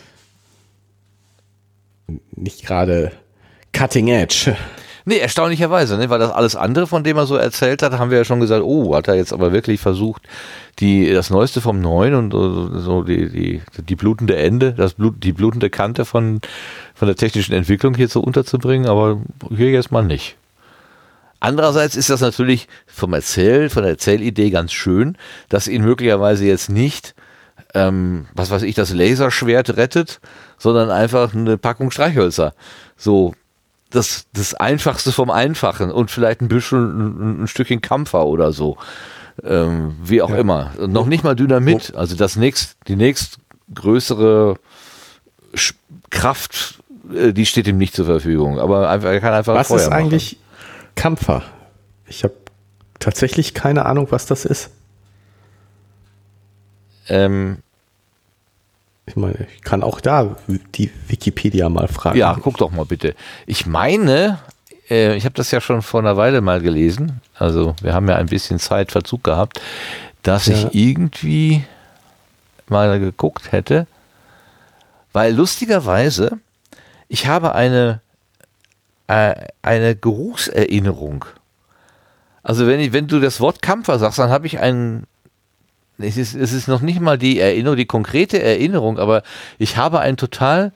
nicht gerade Cutting Edge.
Nee, erstaunlicherweise, ne? Weil das alles andere, von dem er so erzählt hat, haben wir ja schon gesagt, oh, hat er jetzt aber wirklich versucht, die, das Neueste vom Neuen und so die, die, die blutende Ende, das Blut, die blutende Kante von, von der technischen Entwicklung hier so unterzubringen, aber hier jetzt mal nicht. Andererseits ist das natürlich vom Erzähl, von der Erzählidee ganz schön, dass ihn möglicherweise jetzt nicht, ähm, was weiß ich, das Laserschwert rettet, sondern einfach eine Packung Streichhölzer. So, Das, das Einfachste vom Einfachen und vielleicht ein bisschen ein, ein Stückchen Kampfer oder so. Ähm, wie auch ja. immer. Und noch nicht mal Dynamit. Also das nächst, die nächstgrößere Sch- Kraft, äh, die steht ihm nicht zur Verfügung. Aber einfach, er kann einfach
Was
Feuer
ist
machen.
eigentlich Kampfer? Ich habe tatsächlich keine Ahnung, was das ist.
Ähm,
Ich meine, ich kann auch da die Wikipedia mal fragen.
Ja, guck doch mal bitte. Ich meine, äh, ich habe das ja schon vor einer Weile mal gelesen, also wir haben ja ein bisschen Zeitverzug gehabt, dass
ja.
ich irgendwie mal geguckt hätte, weil lustigerweise, ich habe eine, äh, eine Geruchserinnerung. Also wenn, ich, wenn du das Wort Kampfer sagst, dann habe ich einen Es ist, es ist noch nicht mal die Erinnerung, die konkrete Erinnerung, aber ich habe einen total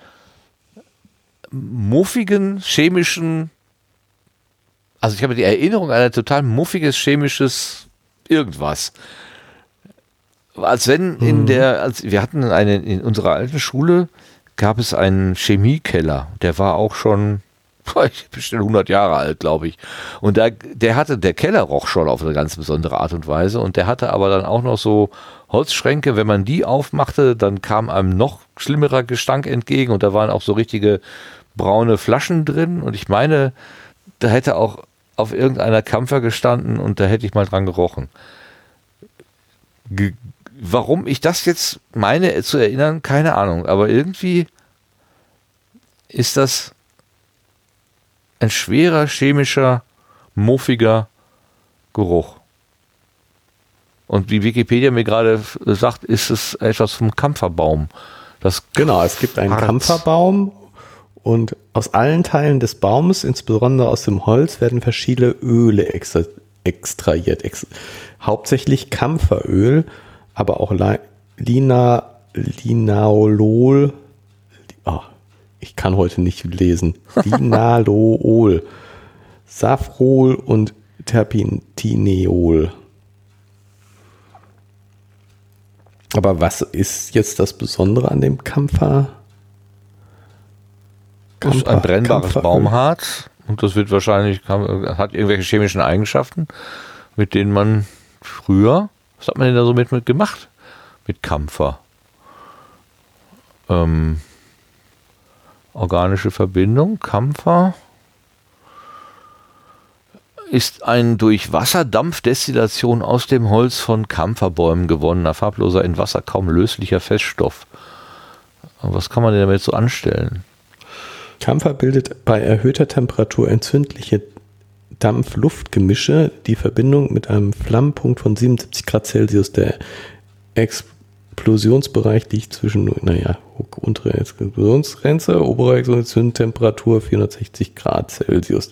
muffigen, chemischen, also ich habe die Erinnerung an ein total muffiges, chemisches irgendwas. Als wenn in mhm. der, als wir hatten eine, in unserer alten Schule gab es einen Chemiekeller, der war auch schon bestimmt hundert Jahre alt, glaube ich. Und der, der hatte, der Keller roch schon auf eine ganz besondere Art und Weise und der hatte aber dann auch noch so Holzschränke, wenn man die aufmachte, dann kam einem noch schlimmerer Gestank entgegen und da waren auch so richtige braune Flaschen drin und ich meine, da hätte auch auf irgendeiner Kampfer gestanden und da hätte ich mal dran gerochen. Ge- warum ich das jetzt meine zu erinnern, keine Ahnung, aber irgendwie ist das ein schwerer, chemischer, muffiger Geruch. Und wie Wikipedia mir gerade sagt, ist es etwas vom Kampferbaum. Das
genau, es gibt einen Harz. Kampferbaum und aus allen Teilen des Baumes, insbesondere aus dem Holz, werden verschiedene Öle extra- extrahiert. Ex- hauptsächlich Kampferöl, aber auch Lina, Linaolol. Oh, ich kann heute nicht lesen. Linalool, Safrol und Terpentineol. Aber was ist jetzt das Besondere an dem Kampfer?
Das ist ein brennbares Baumharz und das wird wahrscheinlich, hat irgendwelche chemischen Eigenschaften, mit denen man früher, was hat man denn da so mit, mit gemacht? Mit Kampfer. Ähm, organische Verbindung. Kampfer ist ein durch Wasserdampfdestillation aus dem Holz von Kampferbäumen gewonnener, farbloser, in Wasser kaum löslicher Feststoff. Was kann man denn damit so anstellen?
Kampfer bildet bei erhöhter Temperatur entzündliche Dampf-Luft-Gemische. Die Verbindung mit einem Flammenpunkt von siebenundsiebzig Grad Celsius. Der Explosionsbereich liegt zwischen, naja, untere Explosionsgrenze, obere Explosionstemperatuur vierhundertsechzig Grad Celsius.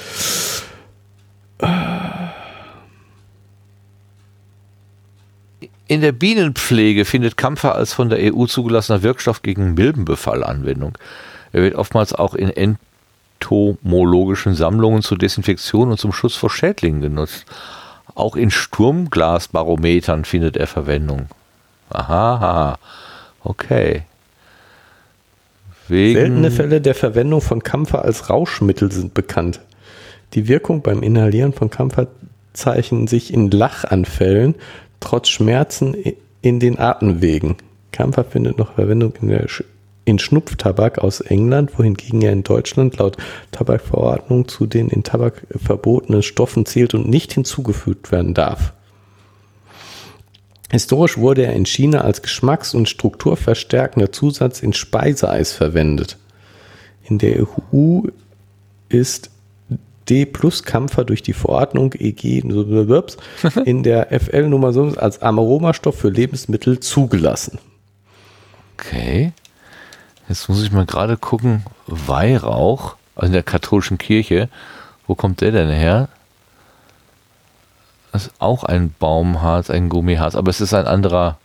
In der Bienenpflege findet Kampfer als von der E U zugelassener Wirkstoff gegen Milbenbefall Anwendung. Er wird oftmals auch in entomologischen Sammlungen zur Desinfektion und zum Schutz vor Schädlingen genutzt. Auch in Sturmglasbarometern findet er Verwendung. Aha, aha. Okay. Wegen
Seltene Fälle der Verwendung von Kampfer als Rauschmittel sind bekannt. Die Wirkung beim Inhalieren von Kampfer zeichnet sich in Lachanfällen trotz Schmerzen in den Atemwegen. Kampfer findet noch Verwendung in, der Sch- in Schnupftabak aus England, wohingegen er in Deutschland laut Tabakverordnung zu den in Tabak verbotenen Stoffen zählt und nicht hinzugefügt werden darf. Historisch wurde er in China als geschmacks- und strukturverstärkender Zusatz in Speiseeis verwendet. In der E U ist D-Plus-Kampfer durch die Verordnung E G in der F L-Nummer als Aromastoff für Lebensmittel zugelassen.
Okay. Jetzt muss ich mal gerade gucken. Weihrauch, also in der katholischen Kirche, wo kommt der denn her? Das ist auch ein Baumharz, ein Gummiharz, aber es ist ein anderer,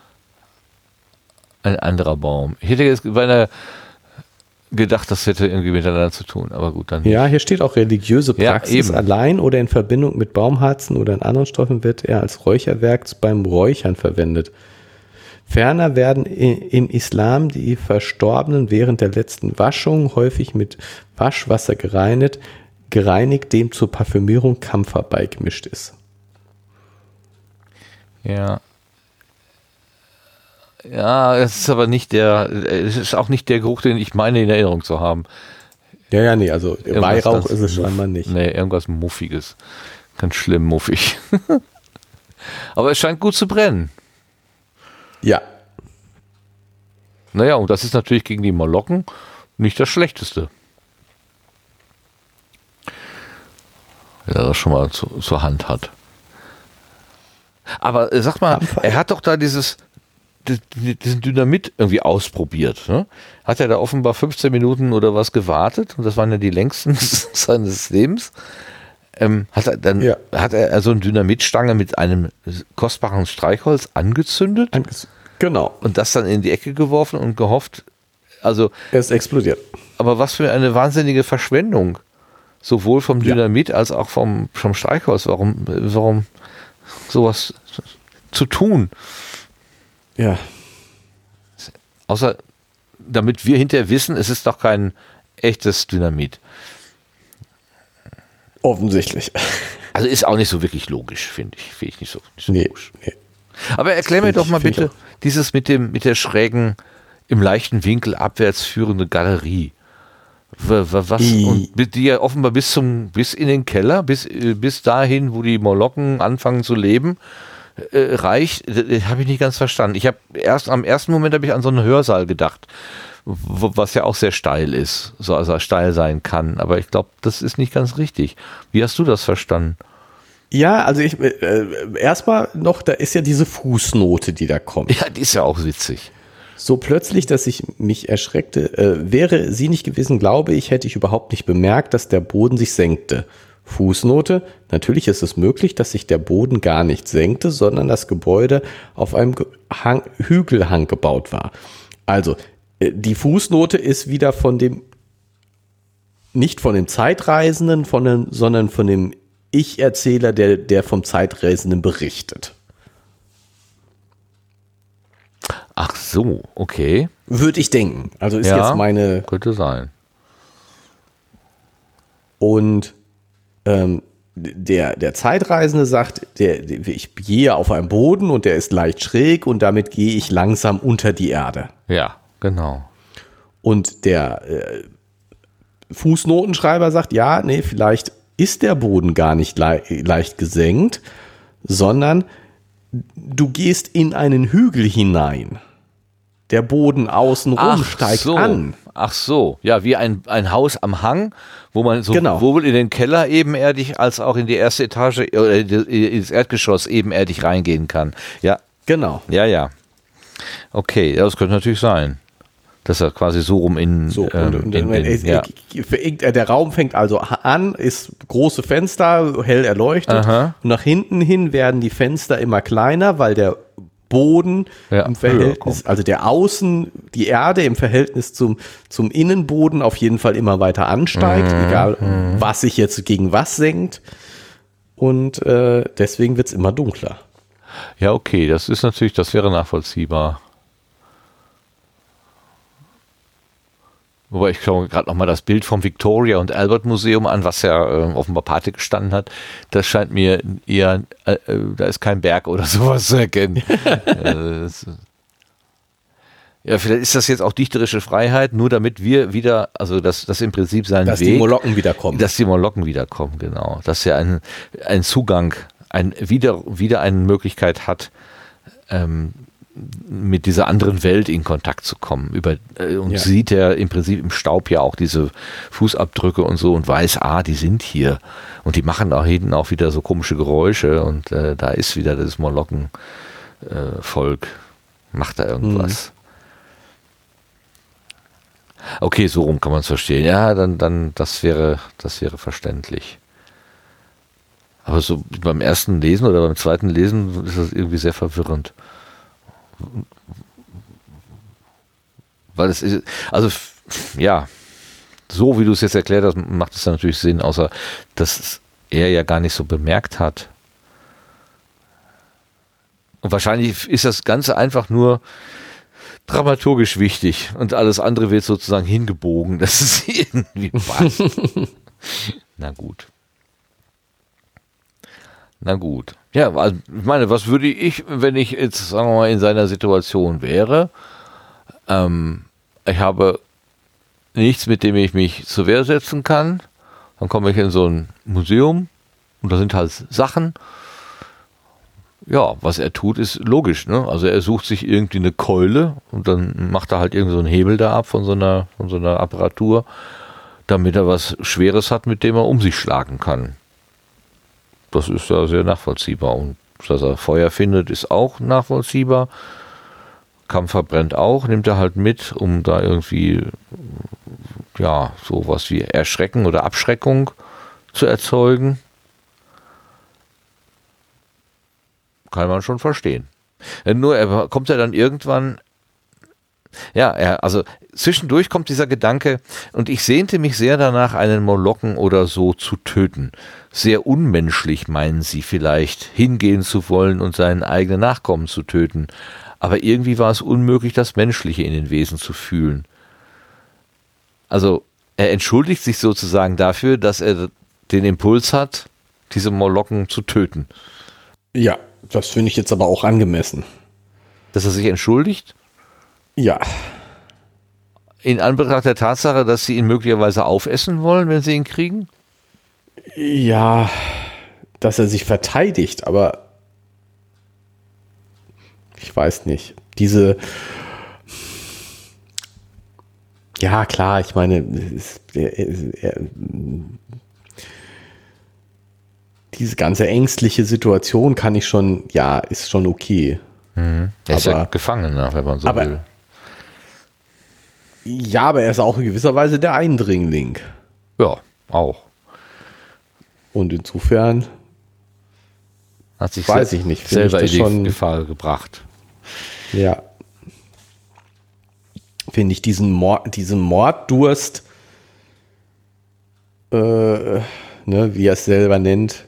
ein anderer Baum. Ich hätte jetzt bei einer gedacht, das hätte irgendwie miteinander zu tun, aber gut, dann nicht.
Ja, hier steht auch religiöse Praxis.
Ja,
allein oder in Verbindung mit Baumharzen oder in anderen Stoffen wird er als Räucherwerk beim Räuchern verwendet. Ferner werden im Islam die Verstorbenen während der letzten Waschung häufig mit Waschwasser gereinigt, gereinigt, dem zur Parfümierung Kampfer beigemischt ist.
Ja. Ja, es ist aber nicht der, es ist auch nicht der Geruch, den ich meine in Erinnerung zu haben.
Ja, ja, nee, also
Irgendwas
Weihrauch
ganz
ist es
muff-
scheinbar nicht.
Nee, irgendwas Muffiges. Ganz schlimm muffig. Aber es scheint gut zu brennen.
Ja,
Naja, und das ist natürlich gegen die Molokken nicht das Schlechteste. Wenn er das schon mal zu, zur Hand hat. Aber äh, sag mal,
Kampfer.
er hat doch da dieses, di- diesen Dynamit irgendwie ausprobiert. Ne? Hat er da offenbar fünfzehn Minuten oder was gewartet? Und das waren ja die längsten seines Lebens. Ähm, hat er dann
Ja.
hat er so eine Dynamitstange mit einem kostbaren Streichholz angezündet
anges- genau.
und das dann in die Ecke geworfen und gehofft, also,
Er ist explodiert.
aber was für eine wahnsinnige Verschwendung. Sowohl vom
Ja.
Dynamit als auch vom, vom Streichholz. Warum, warum sowas zu tun?
Ja,
Außer, damit wir hinterher wissen, es ist doch kein echtes Dynamit.
offensichtlich.
Also ist auch nicht so wirklich logisch, finde ich. Finde ich nicht so, nicht so
Nee,
logisch.
nee.
Aber erklär mir
Find
doch
ich-
mal
find ich
bitte dieses mit dem, mit der schrägen, im leichten Winkel abwärts führende Galerie. W- w- Was,
I-
und mit die ja offenbar bis zum, bis in den Keller, bis, äh, bis dahin, wo die Molokken anfangen zu leben, äh, reicht, äh, habe ich nicht ganz verstanden. Ich habe erst, am ersten Moment habe ich an so einen Hörsaal gedacht, w- was ja auch sehr steil ist, so, also steil sein kann. Aber ich glaube, das ist nicht ganz richtig. Wie hast du das verstanden?
Ja, also ich äh, erstmal noch, da ist ja diese Fußnote, die da kommt.
Ja, die ist ja auch witzig.
So plötzlich, dass ich mich erschreckte. Äh, wäre sie nicht gewesen, glaube ich, hätte ich überhaupt nicht bemerkt, dass der Boden sich senkte. Fußnote, natürlich ist es möglich, dass sich der Boden gar nicht senkte, sondern das Gebäude auf einem Ge- Hang, Hügelhang gebaut war. Also, äh, die Fußnote ist wieder von dem, nicht von dem Zeitreisenden, von dem, sondern von dem Ich-Erzähler, der, der vom Zeitreisenden berichtet.
Ach so, okay.
Würde ich denken. Also ist
Ja.
jetzt meine.
Könnte sein.
Und ähm, der, der Zeitreisende sagt, der, der, ich gehe auf einem Boden und der ist leicht schräg und damit gehe ich langsam unter die Erde.
Ja, genau.
Und der äh, Fußnotenschreiber sagt, ja, nee, vielleicht ist der Boden gar nicht le- leicht gesenkt, sondern du gehst in einen Hügel hinein. Der Boden außenrum steigt
so.
an.
Ach so, ja, wie ein, ein Haus am Hang, wo man
Genau.
sowohl in den Keller ebenerdig als auch in die erste Etage oder ins Erdgeschoss ebenerdig reingehen kann. Ja,
Genau.
ja, ja. Okay, ja, das könnte natürlich sein. Dass er quasi so rum in,
So,
ähm,
und, und,
in, in,
es,
ja.
Der Raum fängt also an, ist große Fenster, hell erleuchtet.
Aha.
Und nach hinten hin werden die Fenster immer kleiner, weil der Boden
Ja,
im
höher
Verhältnis,
kommt.
also der Außen, die Erde im Verhältnis zum, zum Innenboden auf jeden Fall immer weiter ansteigt,
Mhm.
egal was sich jetzt gegen was senkt. Und äh, deswegen wird es immer dunkler.
Ja, okay, das ist natürlich, das wäre nachvollziehbar. Wobei ich schaue gerade nochmal das Bild vom Victoria und Albert Museum an, was ja äh, offenbar Pate gestanden hat. Das scheint mir eher, äh, äh, da ist kein Berg oder sowas zu erkennen. äh, das, ja, vielleicht ist das jetzt auch dichterische Freiheit, nur damit wir wieder, also dass das im Prinzip seinen
Dass
Weg,
die Molokken wiederkommen.
dass die Molokken wiederkommen, genau. Dass er einen, einen Zugang, ein, wieder, wieder eine Möglichkeit hat, ähm, mit dieser anderen Welt in Kontakt zu kommen. Über, äh, und
Ja.
sieht er im Prinzip im Staub ja auch diese Fußabdrücke und so und weiß, ah, die sind hier. Und die machen da hinten auch wieder so komische Geräusche und äh, da ist wieder das Molokkenvolk. Äh, Volk. Macht da irgendwas. Okay, so rum kann man es verstehen. Ja, dann, dann, das wäre, das wäre verständlich. Aber so beim ersten Lesen oder beim zweiten Lesen ist das irgendwie sehr verwirrend. Weil es ist, also, ja, so wie du es jetzt erklärt hast, macht es dann natürlich Sinn, außer, dass er ja gar nicht so bemerkt hat. Und wahrscheinlich ist das Ganze einfach nur dramaturgisch wichtig und alles andere wird sozusagen hingebogen, dass es irgendwie passt. Na gut. Na gut. Ja, also ich meine, was würde ich, wenn ich jetzt, sagen wir mal, in seiner Situation wäre? Ähm, ich habe nichts, mit dem ich mich zur Wehr setzen kann. Dann komme ich in so ein Museum und da sind halt Sachen. Ja, was er tut, ist logisch, ne? Also er sucht sich irgendwie eine Keule und dann macht er halt irgend so einen Hebel da ab von so einer, von so einer Apparatur, damit er was Schweres hat, mit dem er um sich schlagen kann. Das ist ja sehr nachvollziehbar. Und dass er Feuer findet, ist auch nachvollziehbar. Kampfer brennt auch, nimmt er halt mit, um da irgendwie, ja, sowas wie Erschrecken oder Abschreckung zu erzeugen. Kann man schon verstehen. Nur er kommt ja dann irgendwann, ja, er, also zwischendurch kommt dieser Gedanke, und ich sehnte mich sehr danach, einen Molokken oder so zu töten. Sehr unmenschlich, meinen sie vielleicht, hingehen zu wollen und seinen eigenen Nachkommen zu töten. Aber irgendwie war es unmöglich, das Menschliche in den Wesen zu fühlen. Also er entschuldigt sich sozusagen dafür, dass er den Impuls hat, diese Molokken zu töten.
Ja, das finde ich jetzt aber auch angemessen.
Dass er sich entschuldigt?
Ja.
In Anbetracht der Tatsache, dass sie ihn möglicherweise aufessen wollen, wenn sie ihn kriegen?
Ja, dass er sich verteidigt, aber ich weiß nicht. Diese, ja klar, ich meine, es, er, er, diese ganze ängstliche Situation kann ich schon, ja, ist schon okay.
Mhm. Er ist
aber,
ja Gefangener, wenn man so
aber,
will.
Ja, aber er ist auch in gewisser Weise der Eindringling.
Ja, auch.
Und insofern
Hat sich
weiß
se-
ich nicht, finde
selber
ich
in
das
die
schon-
Gefahr gebracht.
ja, finde ich diesen Mord, diesen Morddurst, äh, ne, wie er es selber nennt,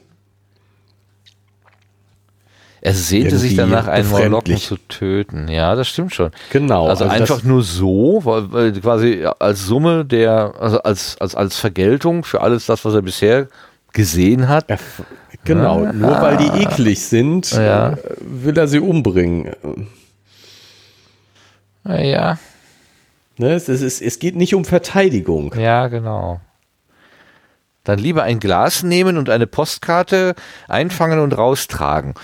Er sehnte sich
irgendwie
danach, einen Molokken
befremdlich.
zu töten. Ja, das stimmt schon.
Genau,
Also,
also
einfach
das-
nur so, weil, weil quasi als Summe der, also als, als, als Vergeltung für alles das, was er bisher gesehen hat.
er, genau, nur weil die eklig sind,
Ja.
äh, will er sie umbringen.
Naja.
Ne, es, ist, es geht nicht um Verteidigung.
Ja, genau. Dann lieber ein Glas nehmen und eine Postkarte einfangen und raustragen.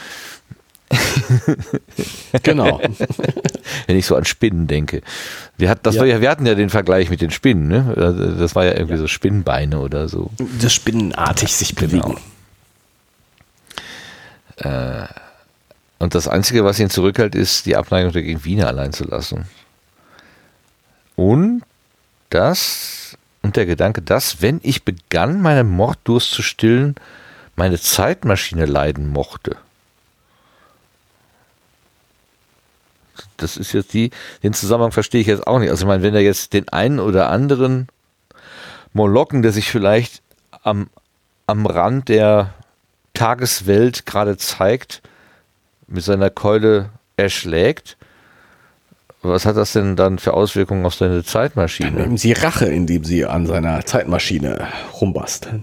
Genau.
Wenn ich so an Spinnen denke. Wir, hat, das
Ja.
war ja, wir hatten ja den Vergleich mit den Spinnen, ne? Das war ja irgendwie ja. so Spinnbeine oder so.
Das spinnenartig sich bewegen.
Genau. Äh, und das Einzige, was ihn zurückhält, ist die Abneigung dagegen, Wiener allein zu lassen. Und das, und der Gedanke, dass, wenn ich begann, meinen Morddurst zu stillen, meine Zeitmaschine leiden mochte. Das ist jetzt die, den Zusammenhang verstehe ich jetzt auch nicht. Also ich meine, wenn er jetzt den einen oder anderen Molokken, der sich vielleicht am, am Rand der Tageswelt gerade zeigt, mit seiner Keule erschlägt, was hat das denn dann für Auswirkungen auf seine Zeitmaschine?
Dann nehmen sie Rache, indem sie an seiner Zeitmaschine rumbasteln.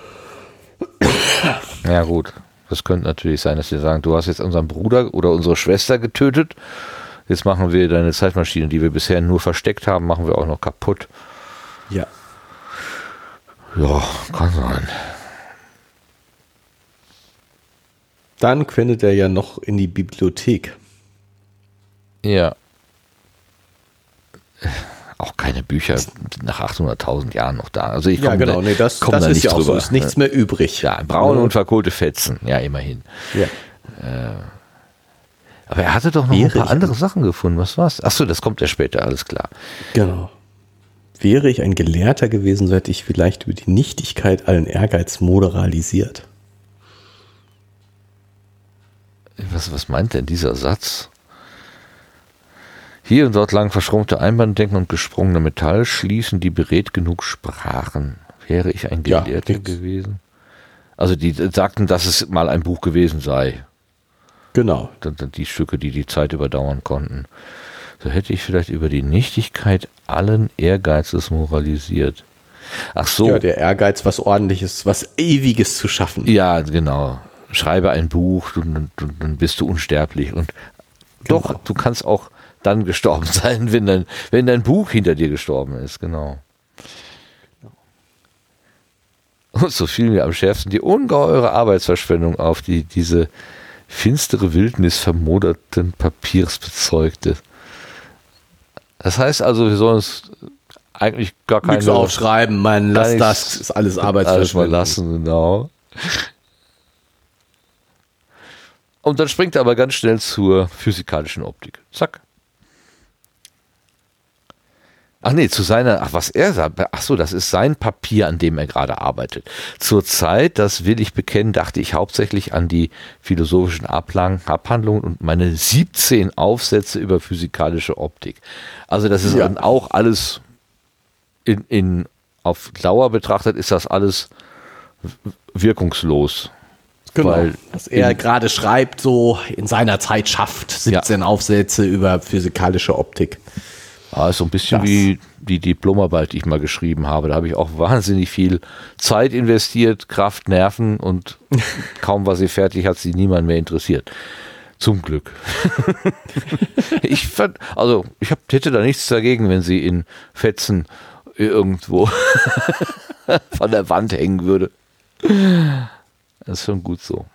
Ja gut, das könnte natürlich sein, dass sie sagen, du hast jetzt unseren Bruder oder unsere Schwester getötet, jetzt machen wir deine Zeitmaschine, die wir bisher nur versteckt haben, machen wir auch noch kaputt.
Ja.
Ja, kann sein.
Dann findet er ja noch in die Bibliothek.
Ja. Auch keine Bücher nach achthunderttausend Jahren noch da. Also ich
Ja,
komme
genau,
da,
nee, das,
komm
das
da
ist
nicht
ja auch
drüber.
so, ist nichts mehr übrig.
Ja, braune und verkohlte Fetzen, ja, immerhin.
Ja.
Äh, aber er hatte doch noch
Wäre
ein paar
ich
andere
ein-
Sachen gefunden. Was war's? Achso, das kommt ja später, alles klar.
Genau. Wäre ich ein Gelehrter gewesen, so hätte ich vielleicht über die Nichtigkeit allen Ehrgeiz moralisiert.
Was, was meint denn dieser Satz? Hier und dort lang verschrumpfte Einbanddenken und gesprungene Metall schließen, die beredt genug sprachen. Wäre ich ein
Ja,
Gelehrter
nix.
gewesen? Also die sagten, dass es mal ein Buch gewesen sei.
Genau.
Die Stücke, die die Zeit überdauern konnten. So hätte ich vielleicht über die Nichtigkeit allen Ehrgeizes moralisiert. Ach so.
Ja, der Ehrgeiz, was Ordentliches, was Ewiges zu schaffen.
Ja, genau. Schreibe ein Buch, du, du, dann bist du unsterblich. Und
Genau.
doch, du kannst auch dann gestorben sein, wenn dein, wenn dein Buch hinter dir gestorben ist. Genau. Und so fiel mir am schärfsten die ungeheure Arbeitsverschwendung auf, die diese finstere Wildnis vermoderten Papiers bezeugte. Das heißt also, wir sollen uns eigentlich gar keine...
Nichts aufschreiben, man, lass
Gar
das,
nichts-
ist alles
Alles mal
Arbeitsverschwendung.
lassen, genau. Und dann springt er aber ganz schnell zur physikalischen Optik. Zack. Ach nee, zu seiner, ach was er sagt, ach so, das ist sein Papier, an dem er gerade arbeitet. Zur Zeit, das will ich bekennen, dachte ich hauptsächlich an die philosophischen Ablang, Abhandlungen und meine siebzehn Aufsätze über physikalische Optik. Also das ist
Ja.
dann auch alles in, in, auf Dauer betrachtet ist das alles w- wirkungslos.
Genau.
Weil
Was er
in-
gerade schreibt, so in seiner Zeit schafft, siebzehn Aufsätze über physikalische Optik.
Ja, ist so ein bisschen
Das.
wie die Diplomarbeit, die ich mal geschrieben habe. Da habe ich auch wahnsinnig viel Zeit investiert, Kraft, Nerven und kaum war sie fertig, hat sie niemand mehr interessiert. Zum Glück. ich fand, also ich hab, hätte da nichts dagegen, wenn sie in Fetzen irgendwo von der Wand hängen würde. Das ist schon gut so.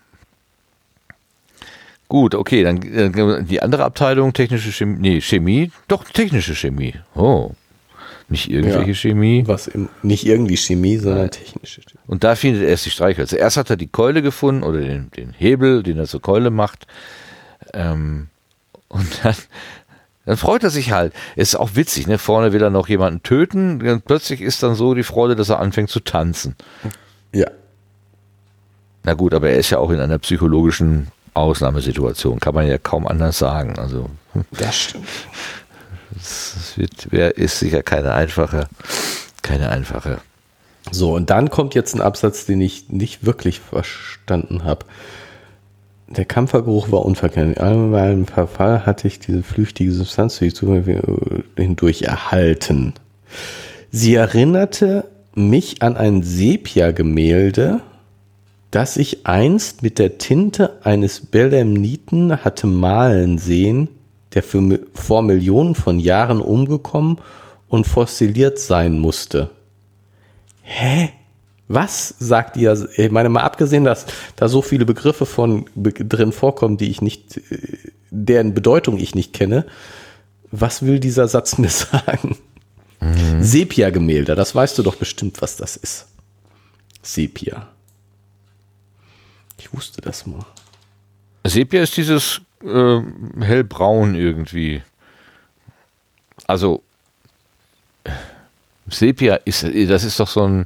Gut, okay, dann äh, die andere Abteilung, technische Chemie, nee, Chemie, doch technische Chemie. Oh, nicht irgendwelche
Ja.
Chemie.
Was im, nicht irgendwie Chemie, sondern technische Chemie.
Und da findet er erst die Streichhölzer. Erst hat er die Keule gefunden oder den, den Hebel, den er zur Keule macht. Ähm, und dann, dann freut er sich halt. Ist auch witzig, ne? Vorne will er noch jemanden töten. Und plötzlich ist dann so die Freude, dass er anfängt zu tanzen.
Ja.
Na gut, aber er ist ja auch in einer psychologischen Ausnahmesituation, kann man ja kaum anders sagen. Also
Das stimmt.
es wird, wer ist sicher keine einfache, keine einfache.
So, und dann kommt jetzt ein Absatz, den ich nicht wirklich verstanden habe. Der Kampfergeruch war unverkennbar. Einmal im Verfall hatte ich diese flüchtige Substanz durch die Zunge hindurch erhalten. Sie erinnerte mich an ein Sepia-Gemälde, das ich einst mit der Tinte eines Belemniten hatte malen sehen, der für, vor Millionen von Jahren umgekommen und fossiliert sein musste. Hä? Was sagt ihr? Ich meine, mal abgesehen, dass da so viele Begriffe von be- drin vorkommen, die ich nicht, deren Bedeutung ich nicht kenne. Was will dieser Satz mir sagen? Mhm. Sepia-Gemälde, das weißt du doch bestimmt, was das ist. Sepia. Ich wusste das mal.
Sepia ist dieses äh, hellbraun irgendwie. Also Sepia ist, das ist doch so ein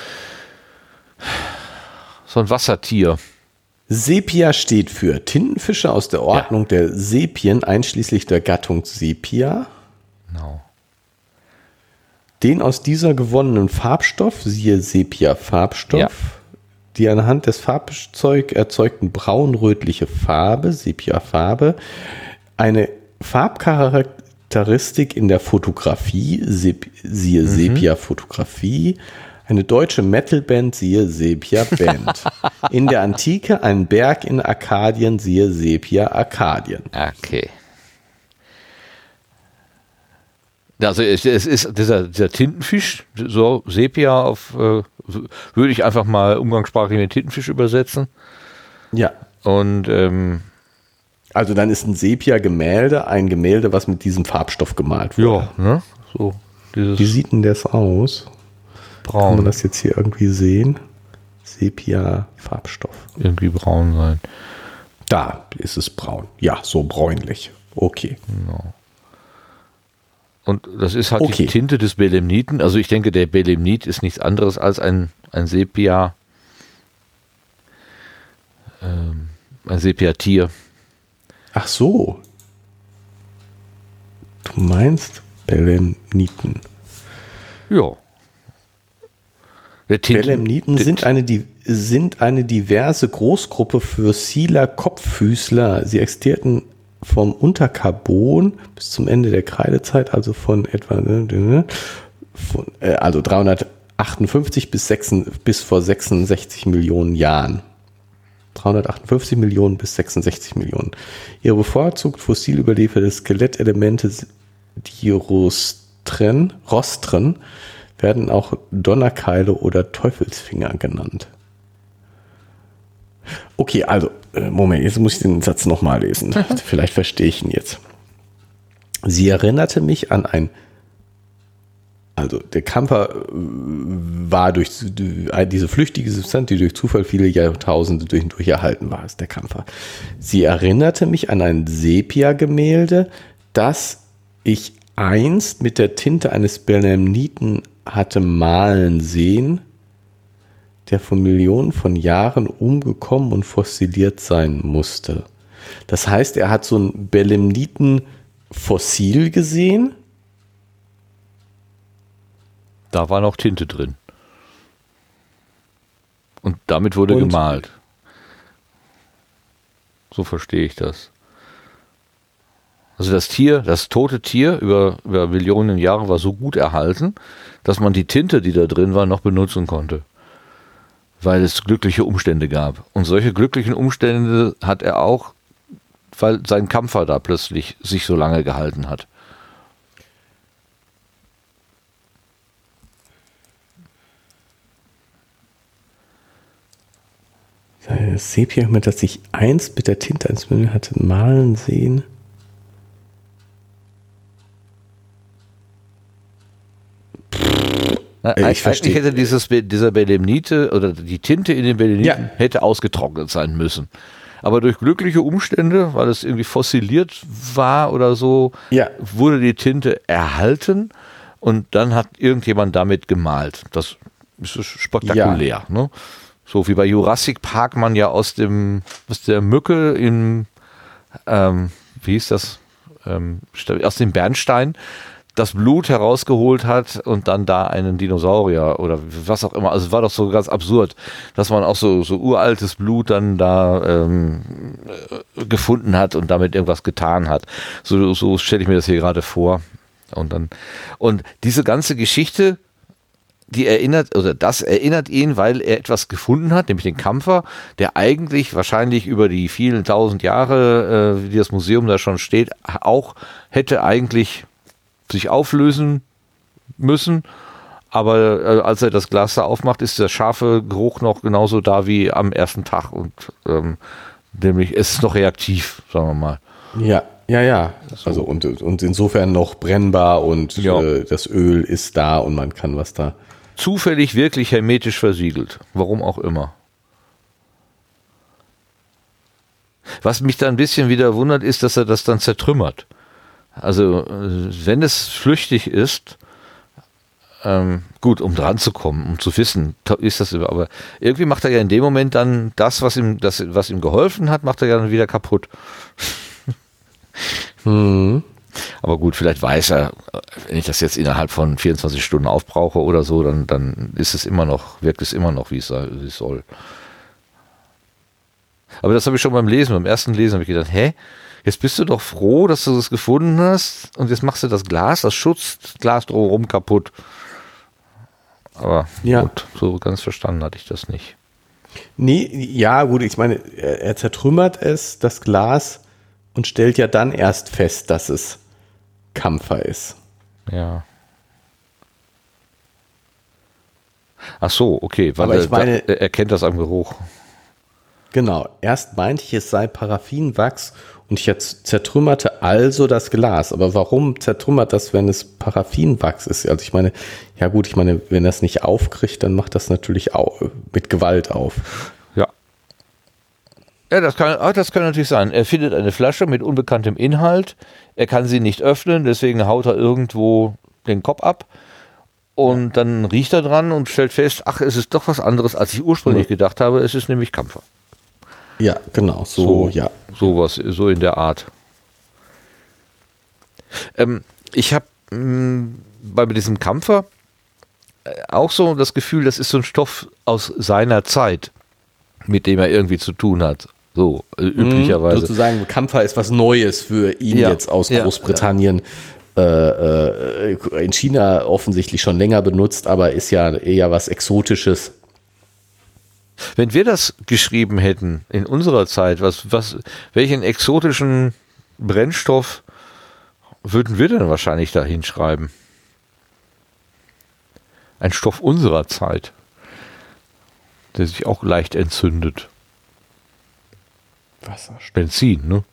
so ein Wassertier.
Sepia steht für Tintenfische aus der Ordnung ja. der Sepien, einschließlich der Gattung Sepia.
Genau.
Den aus dieser gewonnenen Farbstoff, siehe Sepia-Farbstoff, ja. die anhand des Farbzeug erzeugten braun-rötliche Farbe, Sepia-Farbe, eine Farbcharakteristik in der Fotografie, Sep- siehe mhm. Sepia-Fotografie, eine deutsche Metalband, siehe Sepia-Band. In der Antike ein Berg in Arkadien, siehe Sepia-Arkadien.
Okay. Also es, es ist dieser, dieser Tintenfisch, so Sepia auf, äh, würde ich einfach mal umgangssprachlich mit Tintenfisch übersetzen.
Ja.
Und ähm,
also dann ist ein Sepia-Gemälde ein Gemälde, was mit diesem Farbstoff gemalt wurde.
Ja, ne? So dieses
Wie sieht denn das aus?
Braun.
Kann man das jetzt hier irgendwie sehen? Sepia-Farbstoff.
Irgendwie braun sein.
Da ist es braun. Ja, so bräunlich. Okay.
Genau. Und das ist halt
okay.
die Tinte des Belemniten. Also ich denke, der Belemnit ist nichts anderes als ein, ein Sepia, ähm, ein Sepia-Tier.
Ach so. Du meinst Belemniten?
Ja.
Belemniten sind eine, die, sind eine diverse Großgruppe fossiler Kopffüßler. Sie existierten vom Unterkarbon bis zum Ende der Kreidezeit, also von etwa von, äh, also dreihundertachtundfünfzig bis, sechs, bis vor sechsundsechzig Millionen Jahren. dreihundertachtundfünfzig Millionen bis sechsundsechzig Millionen. Ihre bevorzugt fossil überlieferte Skelettelemente, die Rostren, Rostren, werden auch Donnerkeile oder Teufelsfinger genannt. Okay, also, Moment, jetzt muss ich den Satz nochmal lesen. Vielleicht verstehe ich ihn jetzt. Sie erinnerte mich an ein, also der Kampfer war durch diese flüchtige Substanz, die durch Zufall viele Jahrtausende durch und durch erhalten war, ist der Kampfer. Sie erinnerte mich an ein Sepia-Gemälde, das ich einst mit der Tinte eines Belemniten hatte malen sehen, der vor Millionen von Jahren umgekommen und fossiliert sein musste. Das heißt, er hat so ein Belemniten-Fossil gesehen.
Da war noch Tinte drin. Und damit wurde
und
gemalt. So verstehe ich das. Also das Tier, das tote Tier über, über Millionen Jahre war so gut erhalten, dass man die Tinte, die da drin war, noch benutzen konnte. Weil es glückliche Umstände gab. Und solche glücklichen Umstände hat er auch, weil sein Kampfer da plötzlich sich so lange gehalten hat.
Das Sepia, das ich einst mit der Tinte eines Menschen hatte malen sehen.
Na,
ich
eigentlich
verstehe.
hätte dieses, dieser Belemnite oder die Tinte in den Belemniten
ja.
hätte ausgetrocknet sein müssen. Aber durch glückliche Umstände, weil es irgendwie fossiliert war oder so,
ja.
wurde die Tinte erhalten und dann hat irgendjemand damit gemalt. Das ist spektakulär.
Ja.
Ne? So wie bei Jurassic Park man ja aus dem aus der Mücke in ähm, wie hieß das? Ähm, aus dem Bernstein das Blut herausgeholt hat und dann da einen Dinosaurier oder was auch immer. Also es war doch so ganz absurd, dass man auch so, so uraltes Blut dann da ähm, gefunden hat und damit irgendwas getan hat. So, so stelle ich mir das hier gerade vor. Und dann und diese ganze Geschichte, die erinnert, oder das erinnert ihn, weil er etwas gefunden hat, nämlich den Kampfer, der eigentlich wahrscheinlich über die vielen tausend Jahre, äh, die das Museum da schon steht, auch hätte eigentlich sich auflösen müssen. Aber äh, als er das Glas da aufmacht, ist der scharfe Geruch noch genauso da wie am ersten Tag. Und ähm, nämlich es ist noch reaktiv, sagen wir mal.
Ja, ja, ja. So. Also und, und insofern noch brennbar und
ja.
äh, das Öl ist da und man kann was da.
Zufällig wirklich hermetisch versiegelt. Warum auch immer. Was mich da ein bisschen wieder wundert, ist, dass er das dann zertrümmert. Also wenn es flüchtig ist, ähm, gut, um dran zu kommen, um zu wissen, ist das über, aber irgendwie macht er ja in dem Moment dann das, was ihm, das, was ihm geholfen hat, macht er ja dann wieder kaputt.
Mhm.
Aber gut, vielleicht weiß er, wenn ich das jetzt innerhalb von vierundzwanzig Stunden aufbrauche oder so, dann, dann ist es immer noch, wirkt es immer noch, wie es, wie es soll. Aber das habe ich schon beim Lesen, beim ersten Lesen habe ich gedacht, hä? Jetzt bist du doch froh, dass du das gefunden hast und jetzt machst du das Glas, das Schutzglas drumherum kaputt. Aber
ja.
gut, so ganz verstanden hatte ich das nicht.
Nee, ja gut, ich meine, er, er zertrümmert es, das Glas, und stellt ja dann erst fest, dass es Kampfer ist.
Ja. Ach so, okay, weil
Aber ich
er,
meine,
er, er kennt das am Geruch.
Genau, erst meinte ich, es sei Paraffinwachs und ich jetzt zertrümmerte also das Glas. Aber warum zertrümmert das, wenn es Paraffinwachs ist? Also ich meine, ja gut, ich meine, wenn er es nicht aufkriegt, dann macht das natürlich auch mit Gewalt auf.
Ja. Ja, das kann, das kann natürlich sein. Er findet eine Flasche mit unbekanntem Inhalt, er kann sie nicht öffnen, deswegen haut er irgendwo den Kopf ab. Und ja. dann riecht er dran und stellt fest, ach, es ist doch was anderes, als ich ursprünglich ja. gedacht habe. Es ist nämlich Kampfer.
Ja, genau, so, so ja.
Sowas, so in der Art. Ähm, ich habe bei diesem Kampfer auch so das Gefühl, das ist so ein Stoff aus seiner Zeit, mit dem er irgendwie zu tun hat. So, äh, üblicherweise.
Sozusagen, Kampfer ist was Neues für ihn ja. jetzt aus ja. Großbritannien. Ja. Äh, äh, in China offensichtlich schon länger benutzt, aber ist ja eher was Exotisches.
Wenn wir das geschrieben hätten in unserer Zeit, was, was, welchen exotischen Brennstoff würden wir denn wahrscheinlich da hinschreiben? Ein Stoff unserer Zeit, der sich auch leicht entzündet.
Wasserstoff.
Benzin, ne?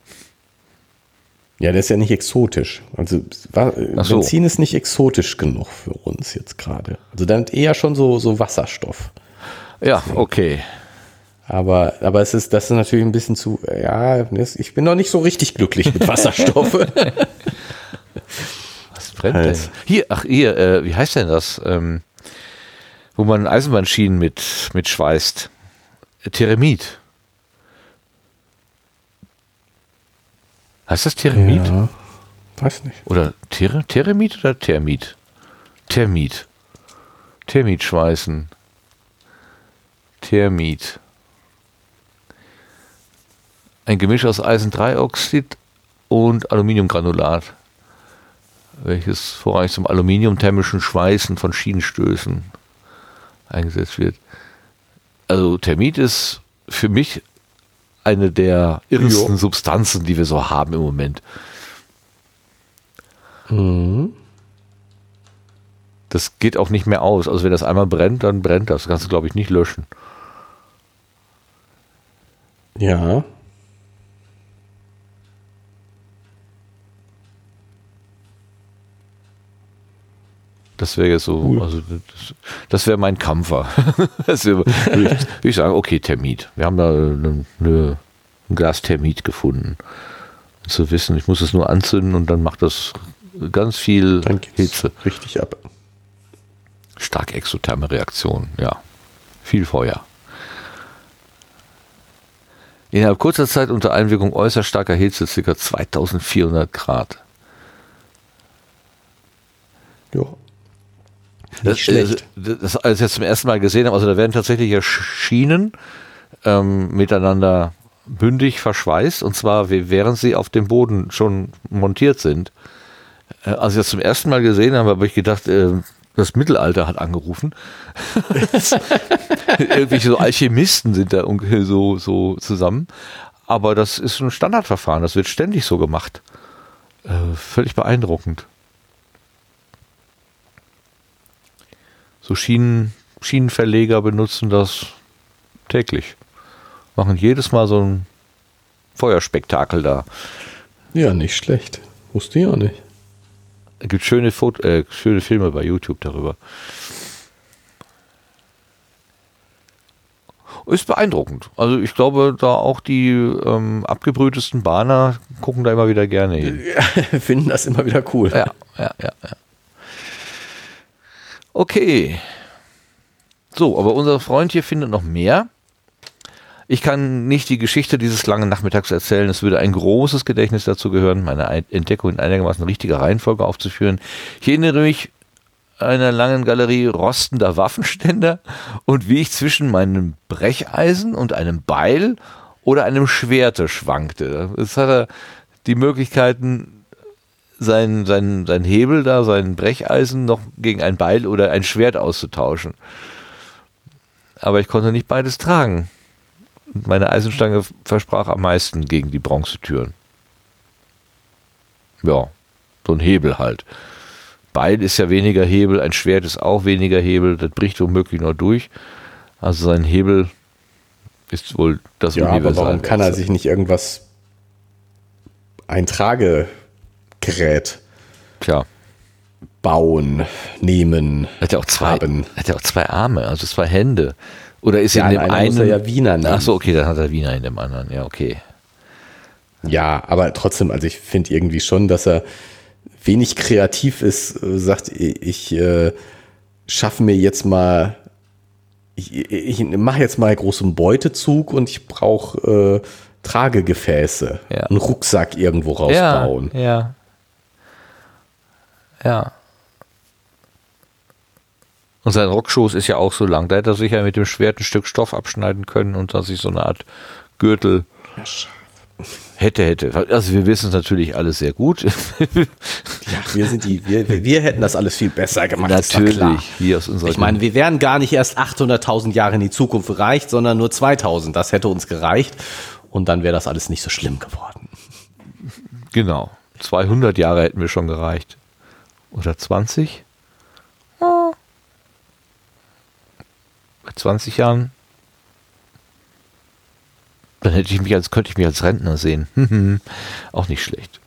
Ja, der ist ja nicht exotisch. Also so. Benzin ist nicht exotisch genug für uns jetzt gerade. Also dann eher schon so, so Wasserstoff.
Ja, okay.
Aber, aber es ist, das ist natürlich ein bisschen zu, ja, ich bin noch nicht so richtig glücklich mit Wasserstoff.
Was brennt denn? Hier, ach hier, äh, wie heißt denn das? Ähm, wo man Eisenbahnschienen mit, mit schweißt. Thermit. Heißt das Thermit?
Ja, weiß nicht.
Oder Ther Thermit oder Thermit? Thermit. Thermit schweißen. Thermit. Ein Gemisch aus Eisen-drei-Oxid und Aluminiumgranulat, welches vorrangig zum aluminiumthermischen Schweißen von Schienenstößen eingesetzt wird. Also Thermit ist für mich eine der irrsten jo. Substanzen, die wir so haben im Moment.
Mhm.
Das geht auch nicht mehr aus. Also wenn das einmal brennt, dann brennt das. Das kannst du, glaube ich, nicht löschen.
Ja.
Das wäre jetzt so, cool. also das, das wäre mein Kampfer. Das wär, würde ich, ich sagen, okay, Thermit. Wir haben da eine, eine, ein Glas Thermit gefunden. Und zu wissen, ich muss es nur anzünden und dann macht das ganz viel Hitze.
Richtig ab.
Stark exotherme Reaktion, ja. Viel Feuer. Innerhalb kurzer Zeit unter Einwirkung äußerst starker Hitze, ca. zweitausendvierhundert Grad.
Ja.
Nicht das, schlecht. Das, das, als ich jetzt zum ersten Mal gesehen habe, also da werden tatsächlich ja Schienen ähm, miteinander bündig verschweißt, und zwar während sie auf dem Boden schon montiert sind. Äh, als ich das zum ersten Mal gesehen habe, habe ich gedacht, äh, das Mittelalter hat angerufen. Irgendwelche so Alchemisten sind da so, so zusammen. Aber das ist ein Standardverfahren, das wird ständig so gemacht. Äh, völlig beeindruckend. So Schienen, Schienenverleger benutzen das täglich. Machen jedes Mal so ein Feuerspektakel da.
Ja, nicht schlecht. Wusste ich auch nicht.
Es gibt schöne, Foto, äh, schöne Filme bei YouTube darüber. Ist beeindruckend. Also ich glaube, da auch die ähm, abgebrühtesten Bahner gucken da immer wieder gerne hin.
Ja, finden das immer wieder cool.
Ja, ja, ja, ja. Okay. So, aber unser Freund hier findet noch mehr. Ich kann nicht die Geschichte dieses langen Nachmittags erzählen. Es würde ein großes Gedächtnis dazu gehören, meine Entdeckung in einigermaßen richtiger Reihenfolge aufzuführen. Ich erinnere mich einer langen Galerie rostender Waffenständer und wie ich zwischen meinem Brecheisen und einem Beil oder einem Schwerte schwankte. Jetzt hat er die Möglichkeiten, sein, sein, sein Hebel da, sein Brecheisen noch gegen ein Beil oder ein Schwert auszutauschen. Aber ich konnte nicht beides tragen. Meine Eisenstange versprach am meisten gegen die Bronzetüren. Ja, so ein Hebel halt. Beil ist ja weniger Hebel, ein Schwert ist auch weniger Hebel, das bricht womöglich nur durch. Also sein Hebel ist wohl das
ja,
Universal.
Aber warum kann er sich nicht irgendwas, ein Tragegerät
Tja.
bauen, nehmen,
hat ja auch zwei,
haben?
Hat ja auch zwei Arme, also zwei Hände. Oder ist
ja,
in dem
einer
einen...
muss er ja Wiener nehmen.
Ach so, okay, dann hat er Wiener in dem anderen. Ja, okay.
Ja, aber trotzdem, also ich finde irgendwie schon, dass er wenig kreativ ist, sagt, ich, ich äh, schaffe mir jetzt mal, ich, ich mache jetzt mal großen Beutezug und ich brauche äh, Tragegefäße,
ja.
einen Rucksack irgendwo rausbauen.
Ja, ja. Ja. Und sein Rockschoß ist ja auch so lang. Da hätte er sich ja mit dem Schwert ein Stück Stoff abschneiden können und da sich so eine Art Gürtel hätte, hätte. Also wir wissen es natürlich alles sehr gut.
Ja, wir sind die, wir, wir hätten das alles viel besser gemacht.
Natürlich. Hier aus unserer
ich meine, wir wären gar nicht erst achthunderttausend Jahre in die Zukunft gereicht, sondern nur zweitausend. Das hätte uns gereicht und dann wäre das alles nicht so schlimm geworden.
Genau. zweihundert Jahre hätten wir schon gereicht. Oder zwanzig? Oh. Bei zwanzig Jahren, dann hätte ich mich als, könnte ich mich als Rentner sehen. Auch nicht schlecht.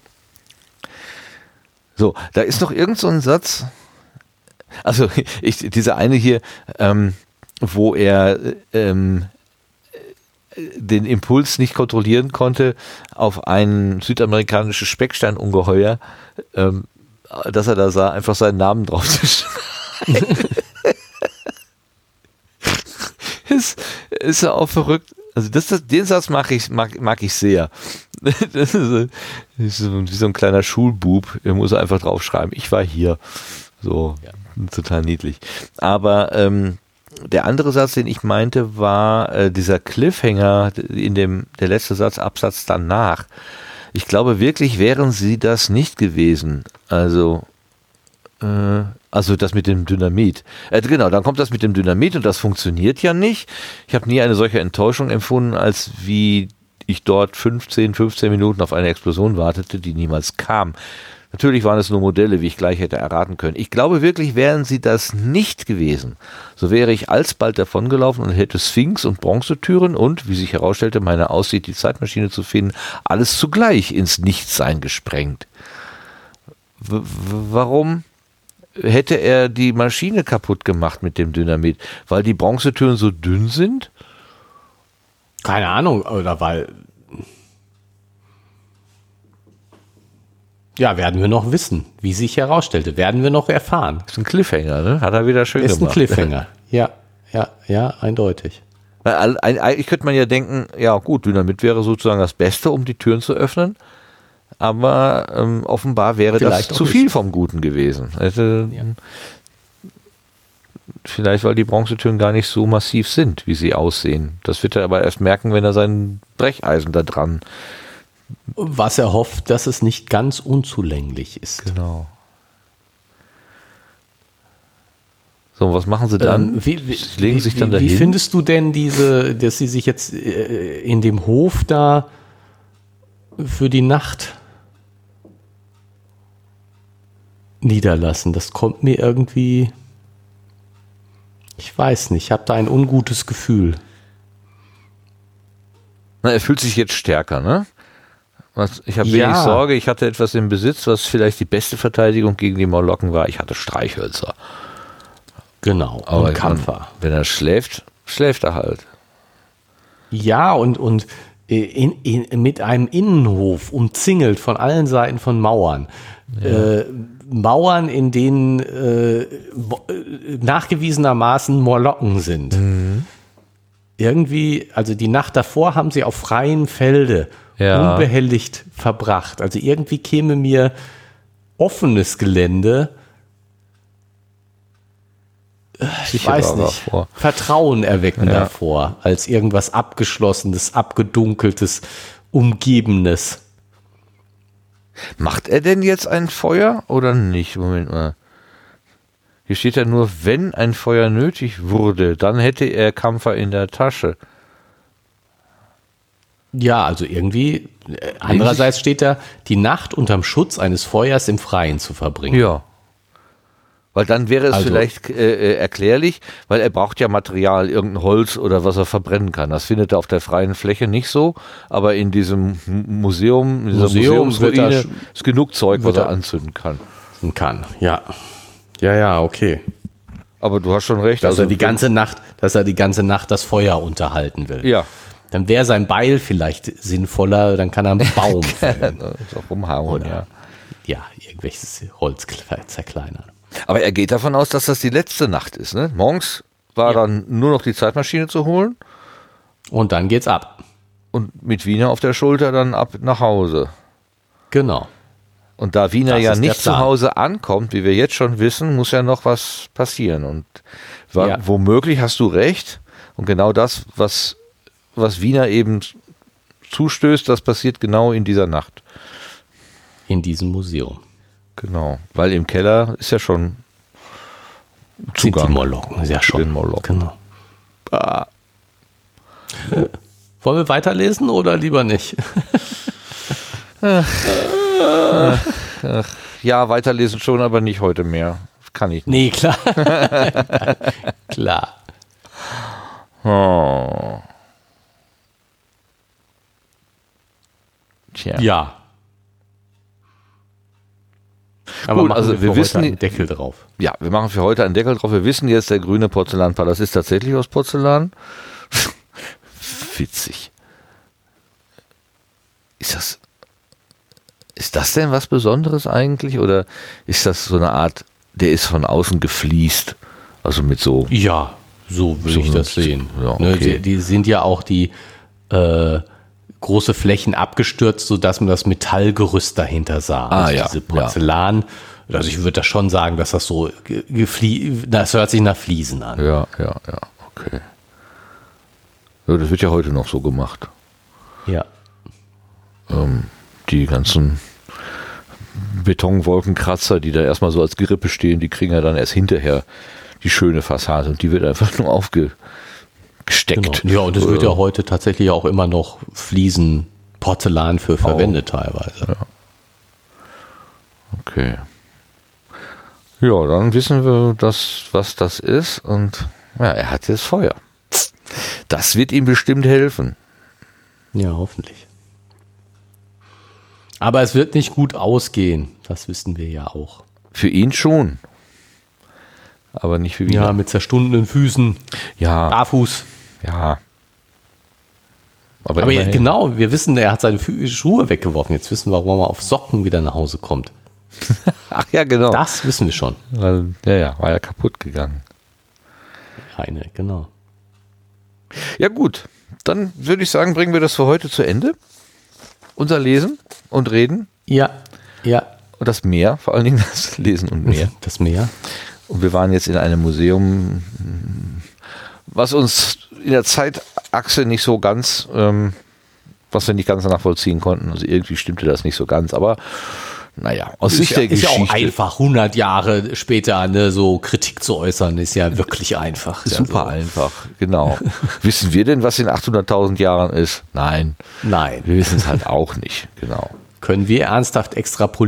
So, da ist noch irgend so ein Satz, also ich, dieser eine hier, ähm, wo er ähm, den Impuls nicht kontrollieren konnte auf ein südamerikanisches Specksteinungeheuer, ähm, dass er da sah, einfach seinen Namen drauf zu schreiben. Ist, ist ja auch verrückt. Also das, das, den Satz mag ich, mag, mag ich sehr. Das ist, ist so, wie so ein kleiner Schulbub. Er muss einfach draufschreiben, ich war hier. So, ja. Total niedlich. Aber ähm, der andere Satz, den ich meinte, war äh, dieser Cliffhanger in dem, der letzte Satz, Absatz danach. Ich glaube wirklich, wären sie das nicht gewesen. Also, äh, Also das mit dem Dynamit. Äh, genau, dann kommt das mit dem Dynamit und das funktioniert ja nicht. Ich habe nie eine solche Enttäuschung empfunden, als wie ich dort fünfzehn, fünfzehn Minuten auf eine Explosion wartete, die niemals kam. Natürlich waren es nur Modelle, wie ich gleich hätte erraten können. Ich glaube wirklich, wären sie das nicht gewesen, so wäre ich alsbald davongelaufen und hätte Sphinx und Bronzetüren und, wie sich herausstellte, meine Aussicht, die Zeitmaschine zu finden, alles zugleich ins Nichtsein gesprengt. W- warum hätte er die Maschine kaputt gemacht mit dem Dynamit? Weil die Bronzetüren so dünn sind?
Keine Ahnung, oder weil... Ja, werden wir noch wissen, wie sich herausstellte. Werden wir noch erfahren.
Das ist ein Cliffhanger, ne? Hat er wieder schön
ist
gemacht.
Ist ein Cliffhanger. Ja, ja, ja, eindeutig.
Weil eigentlich könnte man ja denken, ja gut, Dynamit wäre sozusagen das Beste, um die Türen zu öffnen. Aber ähm, offenbar wäre
vielleicht
das zu
nicht.
viel vom Guten gewesen. Hätte, ja. Vielleicht, weil die Bronzetüren gar nicht so massiv sind, wie sie aussehen. Das wird er aber erst merken, wenn er sein Brecheisen da dran...
Was er hofft, dass es nicht ganz unzulänglich ist.
Genau. So, was machen sie dann?
Ähm, wie, wie,
sie legen
wie,
sich dann
wie,
dahin.
Wie findest du denn diese, dass sie sich jetzt äh, in dem Hof da für die Nacht niederlassen? Das kommt mir irgendwie Ich weiß nicht, ich habe da ein ungutes Gefühl.
Na, er fühlt sich jetzt stärker, ne? Was, ich habe
Ja.
wenig Sorge, ich hatte etwas im Besitz, was vielleicht die beste Verteidigung gegen die Molokken war. Ich hatte Streichhölzer.
Genau,
Aber
und Kampfer.
Wenn er schläft, schläft er halt.
Ja, und, und in, in, mit einem Innenhof umzingelt von allen Seiten von Mauern. Ja. Äh, Mauern, in denen äh, nachgewiesenermaßen Molokken sind. Mhm. Irgendwie, also die Nacht davor haben sie auf freiem Felde ja. unbehelligt verbracht. Also irgendwie käme mir offenes Gelände, ich
Sicher
weiß nicht,
vor.
Vertrauen erweckender ja. vor, als irgendwas Abgeschlossenes, Abgedunkeltes, Umgebenes.
Macht er denn jetzt ein Feuer oder nicht? Moment mal. Hier steht ja nur, wenn ein Feuer nötig wurde, dann hätte er Kampfer in der Tasche.
Ja, also irgendwie, andererseits steht da, die Nacht unterm Schutz eines Feuers im Freien zu verbringen.
Ja. Weil dann wäre es
also,
vielleicht äh, erklärlich, weil er braucht ja Material, irgendein Holz oder was er verbrennen kann. Das findet er auf der freien Fläche nicht so, aber in diesem Museum, in dieser
Museum
Museumsruine ist genug Zeug, was er anzünden kann.
Kann, ja. Ja, ja, okay.
Aber du hast schon recht.
Dass
also
er die ganze Nacht, dass er die ganze Nacht das Feuer unterhalten will.
Ja.
Dann wäre sein Beil vielleicht sinnvoller, dann kann er einen Baum fällen.
rumhauen,
oder,
ja.
Ja, irgendwelches Holz zerkleinern.
Aber er geht davon aus, dass das die letzte Nacht ist. Ne? Morgens war ja. dann nur noch die Zeitmaschine zu holen.
Und dann geht's ab.
Und mit Wiener auf der Schulter dann ab nach Hause.
Genau.
Und da Wiener das ja nicht zu Hause ankommt, wie wir jetzt schon wissen, muss ja noch was passieren. Und war, ja. womöglich hast du recht. Und genau das, was, was Wiener eben zustößt, das passiert genau in dieser Nacht.
In diesem Museum.
Genau, weil im Keller ist ja schon Zugang.
Sind die Molokken, ja schon.
Den Molokken.
Genau. Ah. Wollen wir weiterlesen oder lieber nicht?
ach, ach, ach. Ja, weiterlesen schon, aber nicht heute mehr. Kann ich nicht.
Nee, klar. Klar.
Oh. Tja.
Ja. Aber
gut,
machen
also
wir,
wir
für
wissen
heute einen Deckel drauf.
Ja, wir machen für heute einen Deckel drauf. Wir wissen jetzt, der grüne Porzellanpalast ist tatsächlich aus Porzellan. Witzig. Ist das, ist das denn was Besonderes eigentlich? Oder ist das so eine Art, der ist von außen gefliest? Also mit so...
Ja, so würde
so
ich das sehen.
Ja, okay.
Ne, die, die sind ja auch die äh, große Flächen abgestürzt, sodass man das Metallgerüst dahinter sah.
Ah,
also
ja,
diese Porzellan, ja. Also ich würde das schon sagen, dass das so geflie das hört sich nach Fliesen an.
Ja, ja, ja, okay. Ja, das wird ja heute noch so gemacht.
Ja.
Ähm, die ganzen Betonwolkenkratzer, die da erstmal so als Gerippe stehen, die kriegen ja dann erst hinterher die schöne Fassade und die wird einfach nur aufgesteckt.
Genau. Ja, und es wird ja heute tatsächlich auch immer noch Fliesen, Porzellan für verwendet
oh.
teilweise.
Ja. Okay. Ja, dann wissen wir, das, was das ist und ja, er hat jetzt Feuer. Das wird ihm bestimmt helfen.
Ja, hoffentlich. Aber es wird nicht gut ausgehen, das wissen wir ja auch.
Für ihn schon. Aber nicht für Wiener.
Ja, mit zerstundenen Füßen,
ja.
barfuß.
Ja. Aber,
Aber ja, genau, wir wissen, er hat seine Fü- Schuhe weggeworfen. Jetzt wissen wir, warum er auf Socken wieder nach Hause kommt.
Ach ja, genau.
Das wissen wir schon.
Weil, ja, ja, war ja kaputt gegangen.
Eine, genau.
Ja gut, dann würde ich sagen, bringen wir das für heute zu Ende. Unser Lesen und Reden.
Ja, ja.
Und das Meer, vor allen Dingen das Lesen und Meer.
Das Meer.
Und wir waren jetzt in einem Museum, was uns in der Zeitachse nicht so ganz, ähm, was wir nicht ganz nachvollziehen konnten. Also irgendwie stimmte das nicht so ganz, aber naja, aus Sicht der
Geschichte. Ist ja auch
einfach,
hundert Jahre später ne, so Kritik zu äußern, ist ja wirklich einfach.
Super
also.
einfach, genau. Wissen wir denn, was in achthunderttausend Jahren ist? Nein.
Nein.
Wir wissen es halt auch nicht, genau.
Können wir ernsthaft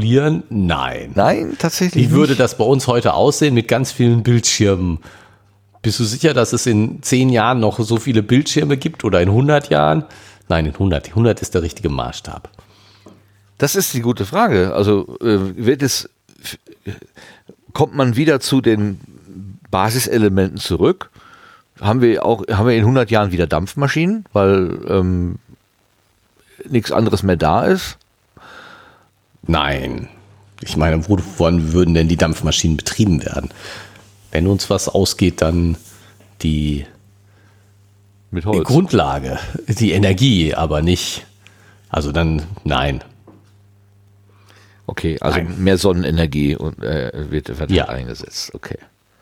Extrapolieren?
Nein, tatsächlich
Wie würde
nicht.
das bei uns heute aussehen mit ganz vielen Bildschirmen, Bist du sicher, dass es in zehn Jahren noch so viele Bildschirme gibt oder in hundert Jahren? Nein, in hundert. hundert ist der richtige Maßstab.
Das ist die gute Frage. Also äh, wird es, kommt man wieder zu den Basiselementen zurück? Haben wir auch, haben wir in hundert Jahren wieder Dampfmaschinen, weil ähm, nichts anderes mehr da ist?
Nein. Ich meine, wovon würden denn die Dampfmaschinen betrieben werden? Wenn uns was ausgeht, dann die,
Mit Holz.
die Grundlage, die Energie, aber nicht, also dann nein.
Okay, also
Nein.
mehr Sonnenenergie und äh, wird, wird
Ja.
eingesetzt. Okay.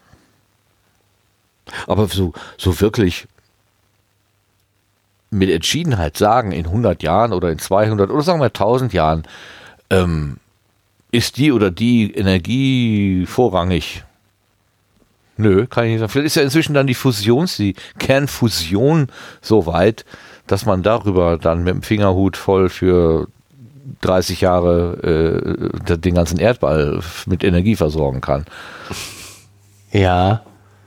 Aber so, so wirklich mit Entschiedenheit sagen, in hundert Jahren oder in zweihundert oder sagen wir tausend Jahren, ähm, ist die oder die Energie vorrangig? Nö, kann ich nicht sagen. Vielleicht ist ja inzwischen dann die Fusions, die Kernfusion so weit, dass man darüber dann mit dem Fingerhut voll für dreißig Jahre äh, den ganzen Erdball mit Energie versorgen kann.
Ja.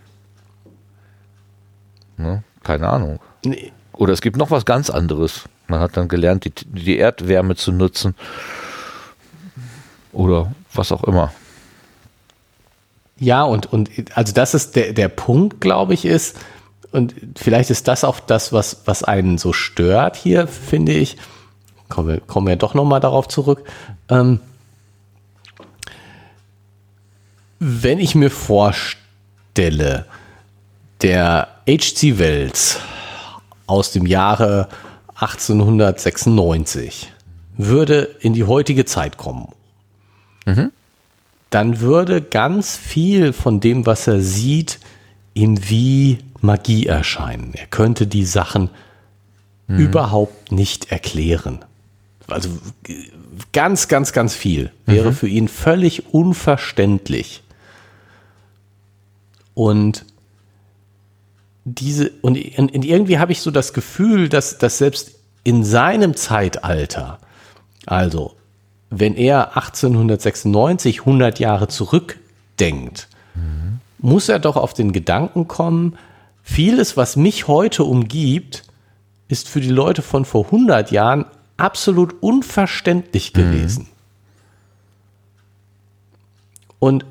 Ne? Keine Ahnung.
Nee.
Oder es gibt noch was ganz anderes. Man hat dann gelernt, die, die Erdwärme zu nutzen. Oder was auch immer.
Ja, und, und also das ist der, der Punkt, glaube ich, ist, und vielleicht ist das auch das, was, was einen so stört hier, finde ich. Kommen wir, kommen wir doch nochmal darauf zurück. Ähm, wenn ich mir vorstelle, der H C Wells aus dem Jahre achtzehnhundertsechsundneunzig würde in die heutige Zeit kommen,
Mhm.
dann würde ganz viel von dem, was er sieht, ihm wie Magie erscheinen. Er könnte die Sachen mhm. überhaupt nicht erklären. Also ganz, ganz, ganz viel wäre mhm. für ihn völlig unverständlich. Und diese, und, und irgendwie habe ich so das Gefühl, dass, dass selbst in seinem Zeitalter, also wenn er achtzehnhundertsechsundneunzig, hundert Jahre zurückdenkt, mhm. muss er doch auf den Gedanken kommen, vieles, was mich heute umgibt, ist für die Leute von vor hundert Jahren absolut unverständlich gewesen. Mhm. Und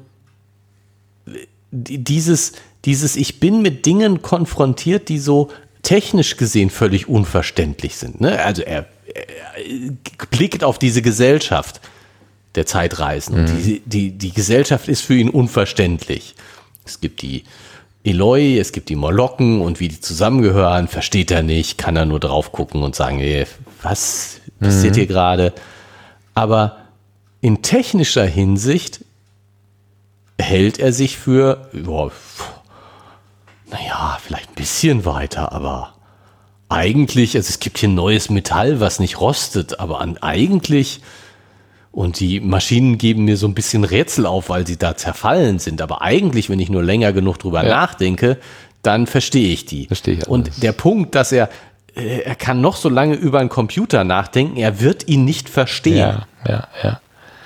dieses, dieses, ich bin mit Dingen konfrontiert, die so technisch gesehen völlig unverständlich sind. Ne? Also er blickt auf diese Gesellschaft der Zeitreisen und
Mhm.
die, die, die Gesellschaft ist für ihn unverständlich. Es gibt die Eloi, es gibt die Molokken und wie die zusammengehören, versteht er nicht, kann er nur drauf gucken und sagen, ey, was passiert mhm. hier gerade? Aber in technischer Hinsicht hält er sich für, boah, naja, vielleicht ein bisschen weiter, aber eigentlich, also es gibt hier neues Metall, was nicht rostet, aber an eigentlich, und die Maschinen geben mir so ein bisschen Rätsel auf, weil sie da zerfallen sind, aber eigentlich, wenn ich nur länger genug drüber ja. nachdenke, dann verstehe ich die.
Verstehe ich alles.
Und der Punkt, dass er, er kann noch so lange über einen Computer nachdenken, er wird ihn nicht verstehen.
Ja, ja, ja.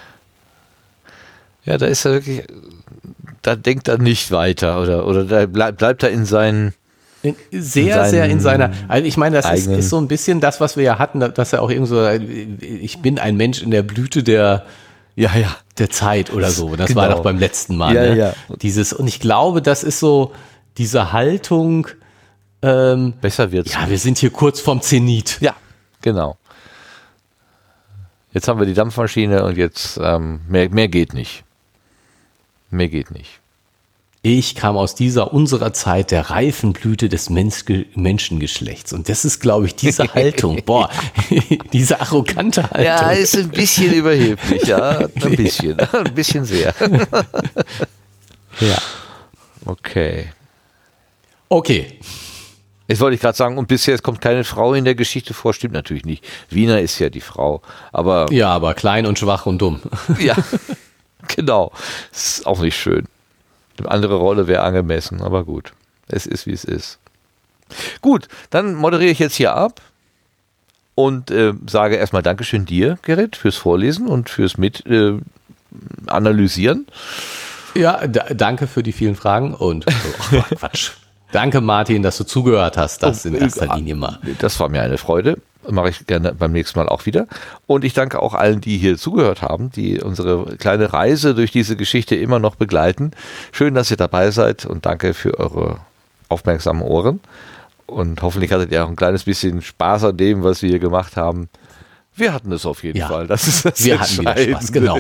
Ja, da ist er wirklich, da denkt er nicht weiter oder, oder da bleibt, bleibt er in seinen
Sehr, sehr in seiner, also ich meine, das ist,
eigenen-
ist so ein bisschen das, was wir ja hatten, dass er auch irgend so, ich bin ein Mensch in der Blüte der,
Ja, ja.
der Zeit oder so. Das
Genau.
war doch beim letzten Mal.
Ja,
ne?
ja.
Dieses, und ich glaube, das ist so diese Haltung, ähm,
Besser wird's.
ja, wir sind hier kurz vorm Zenit.
Ja, genau. Jetzt haben wir die Dampfmaschine und jetzt ähm, mehr, mehr geht nicht. Mehr geht nicht.
Ich kam aus dieser unserer Zeit der reifen Blüte des Mensch Menschengeschlechts. Und das ist, glaube ich, diese Haltung. Boah, diese arrogante Haltung.
Ja, ist ein bisschen überheblich, ja. Ein bisschen. Ein bisschen sehr.
Ja.
Okay.
Okay.
Jetzt wollte ich gerade sagen, und bisher es kommt keine Frau in der Geschichte vor, stimmt natürlich nicht. Wiener ist ja die Frau. Aber
Ja, aber klein und schwach und dumm.
ja, genau. Ist auch nicht schön. Eine andere Rolle wäre angemessen, aber gut. Es ist, wie es ist. Gut, dann moderiere ich jetzt hier ab und äh, sage erstmal Dankeschön dir, Gerrit, fürs Vorlesen und fürs Mit äh, analysieren.
Ja, da, danke für die vielen Fragen und oh, Quatsch. Danke, Martin, dass du zugehört hast. Das in erster Linie mal.
Das war mir eine Freude. Mache ich gerne beim nächsten Mal auch wieder. Und ich danke auch allen, die hier zugehört haben, die unsere kleine Reise durch diese Geschichte immer noch begleiten. Schön, dass ihr dabei seid und danke für eure aufmerksamen Ohren. Und hoffentlich hattet ihr auch ein kleines bisschen Spaß an dem, was wir hier gemacht haben. Wir hatten es auf jeden
Ja,
Fall. Das ist das
wir hatten wieder Spaß, genau.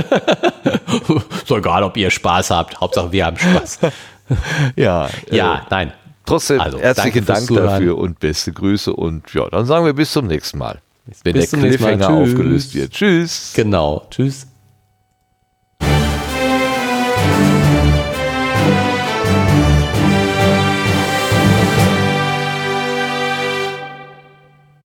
So egal, ob ihr Spaß habt. Hauptsache, wir haben Spaß.
Ja,
ja,
äh,
nein.
Trotzdem
Also,
herzlichen
danke fürs
Dank dafür
Zuhören.
und beste Grüße. Und ja, dann sagen wir bis zum nächsten Mal. Wenn
Bis
der
zum nächsten Mal.
Cliffhanger
Tschüss.
aufgelöst wird. Tschüss.
Genau. Tschüss.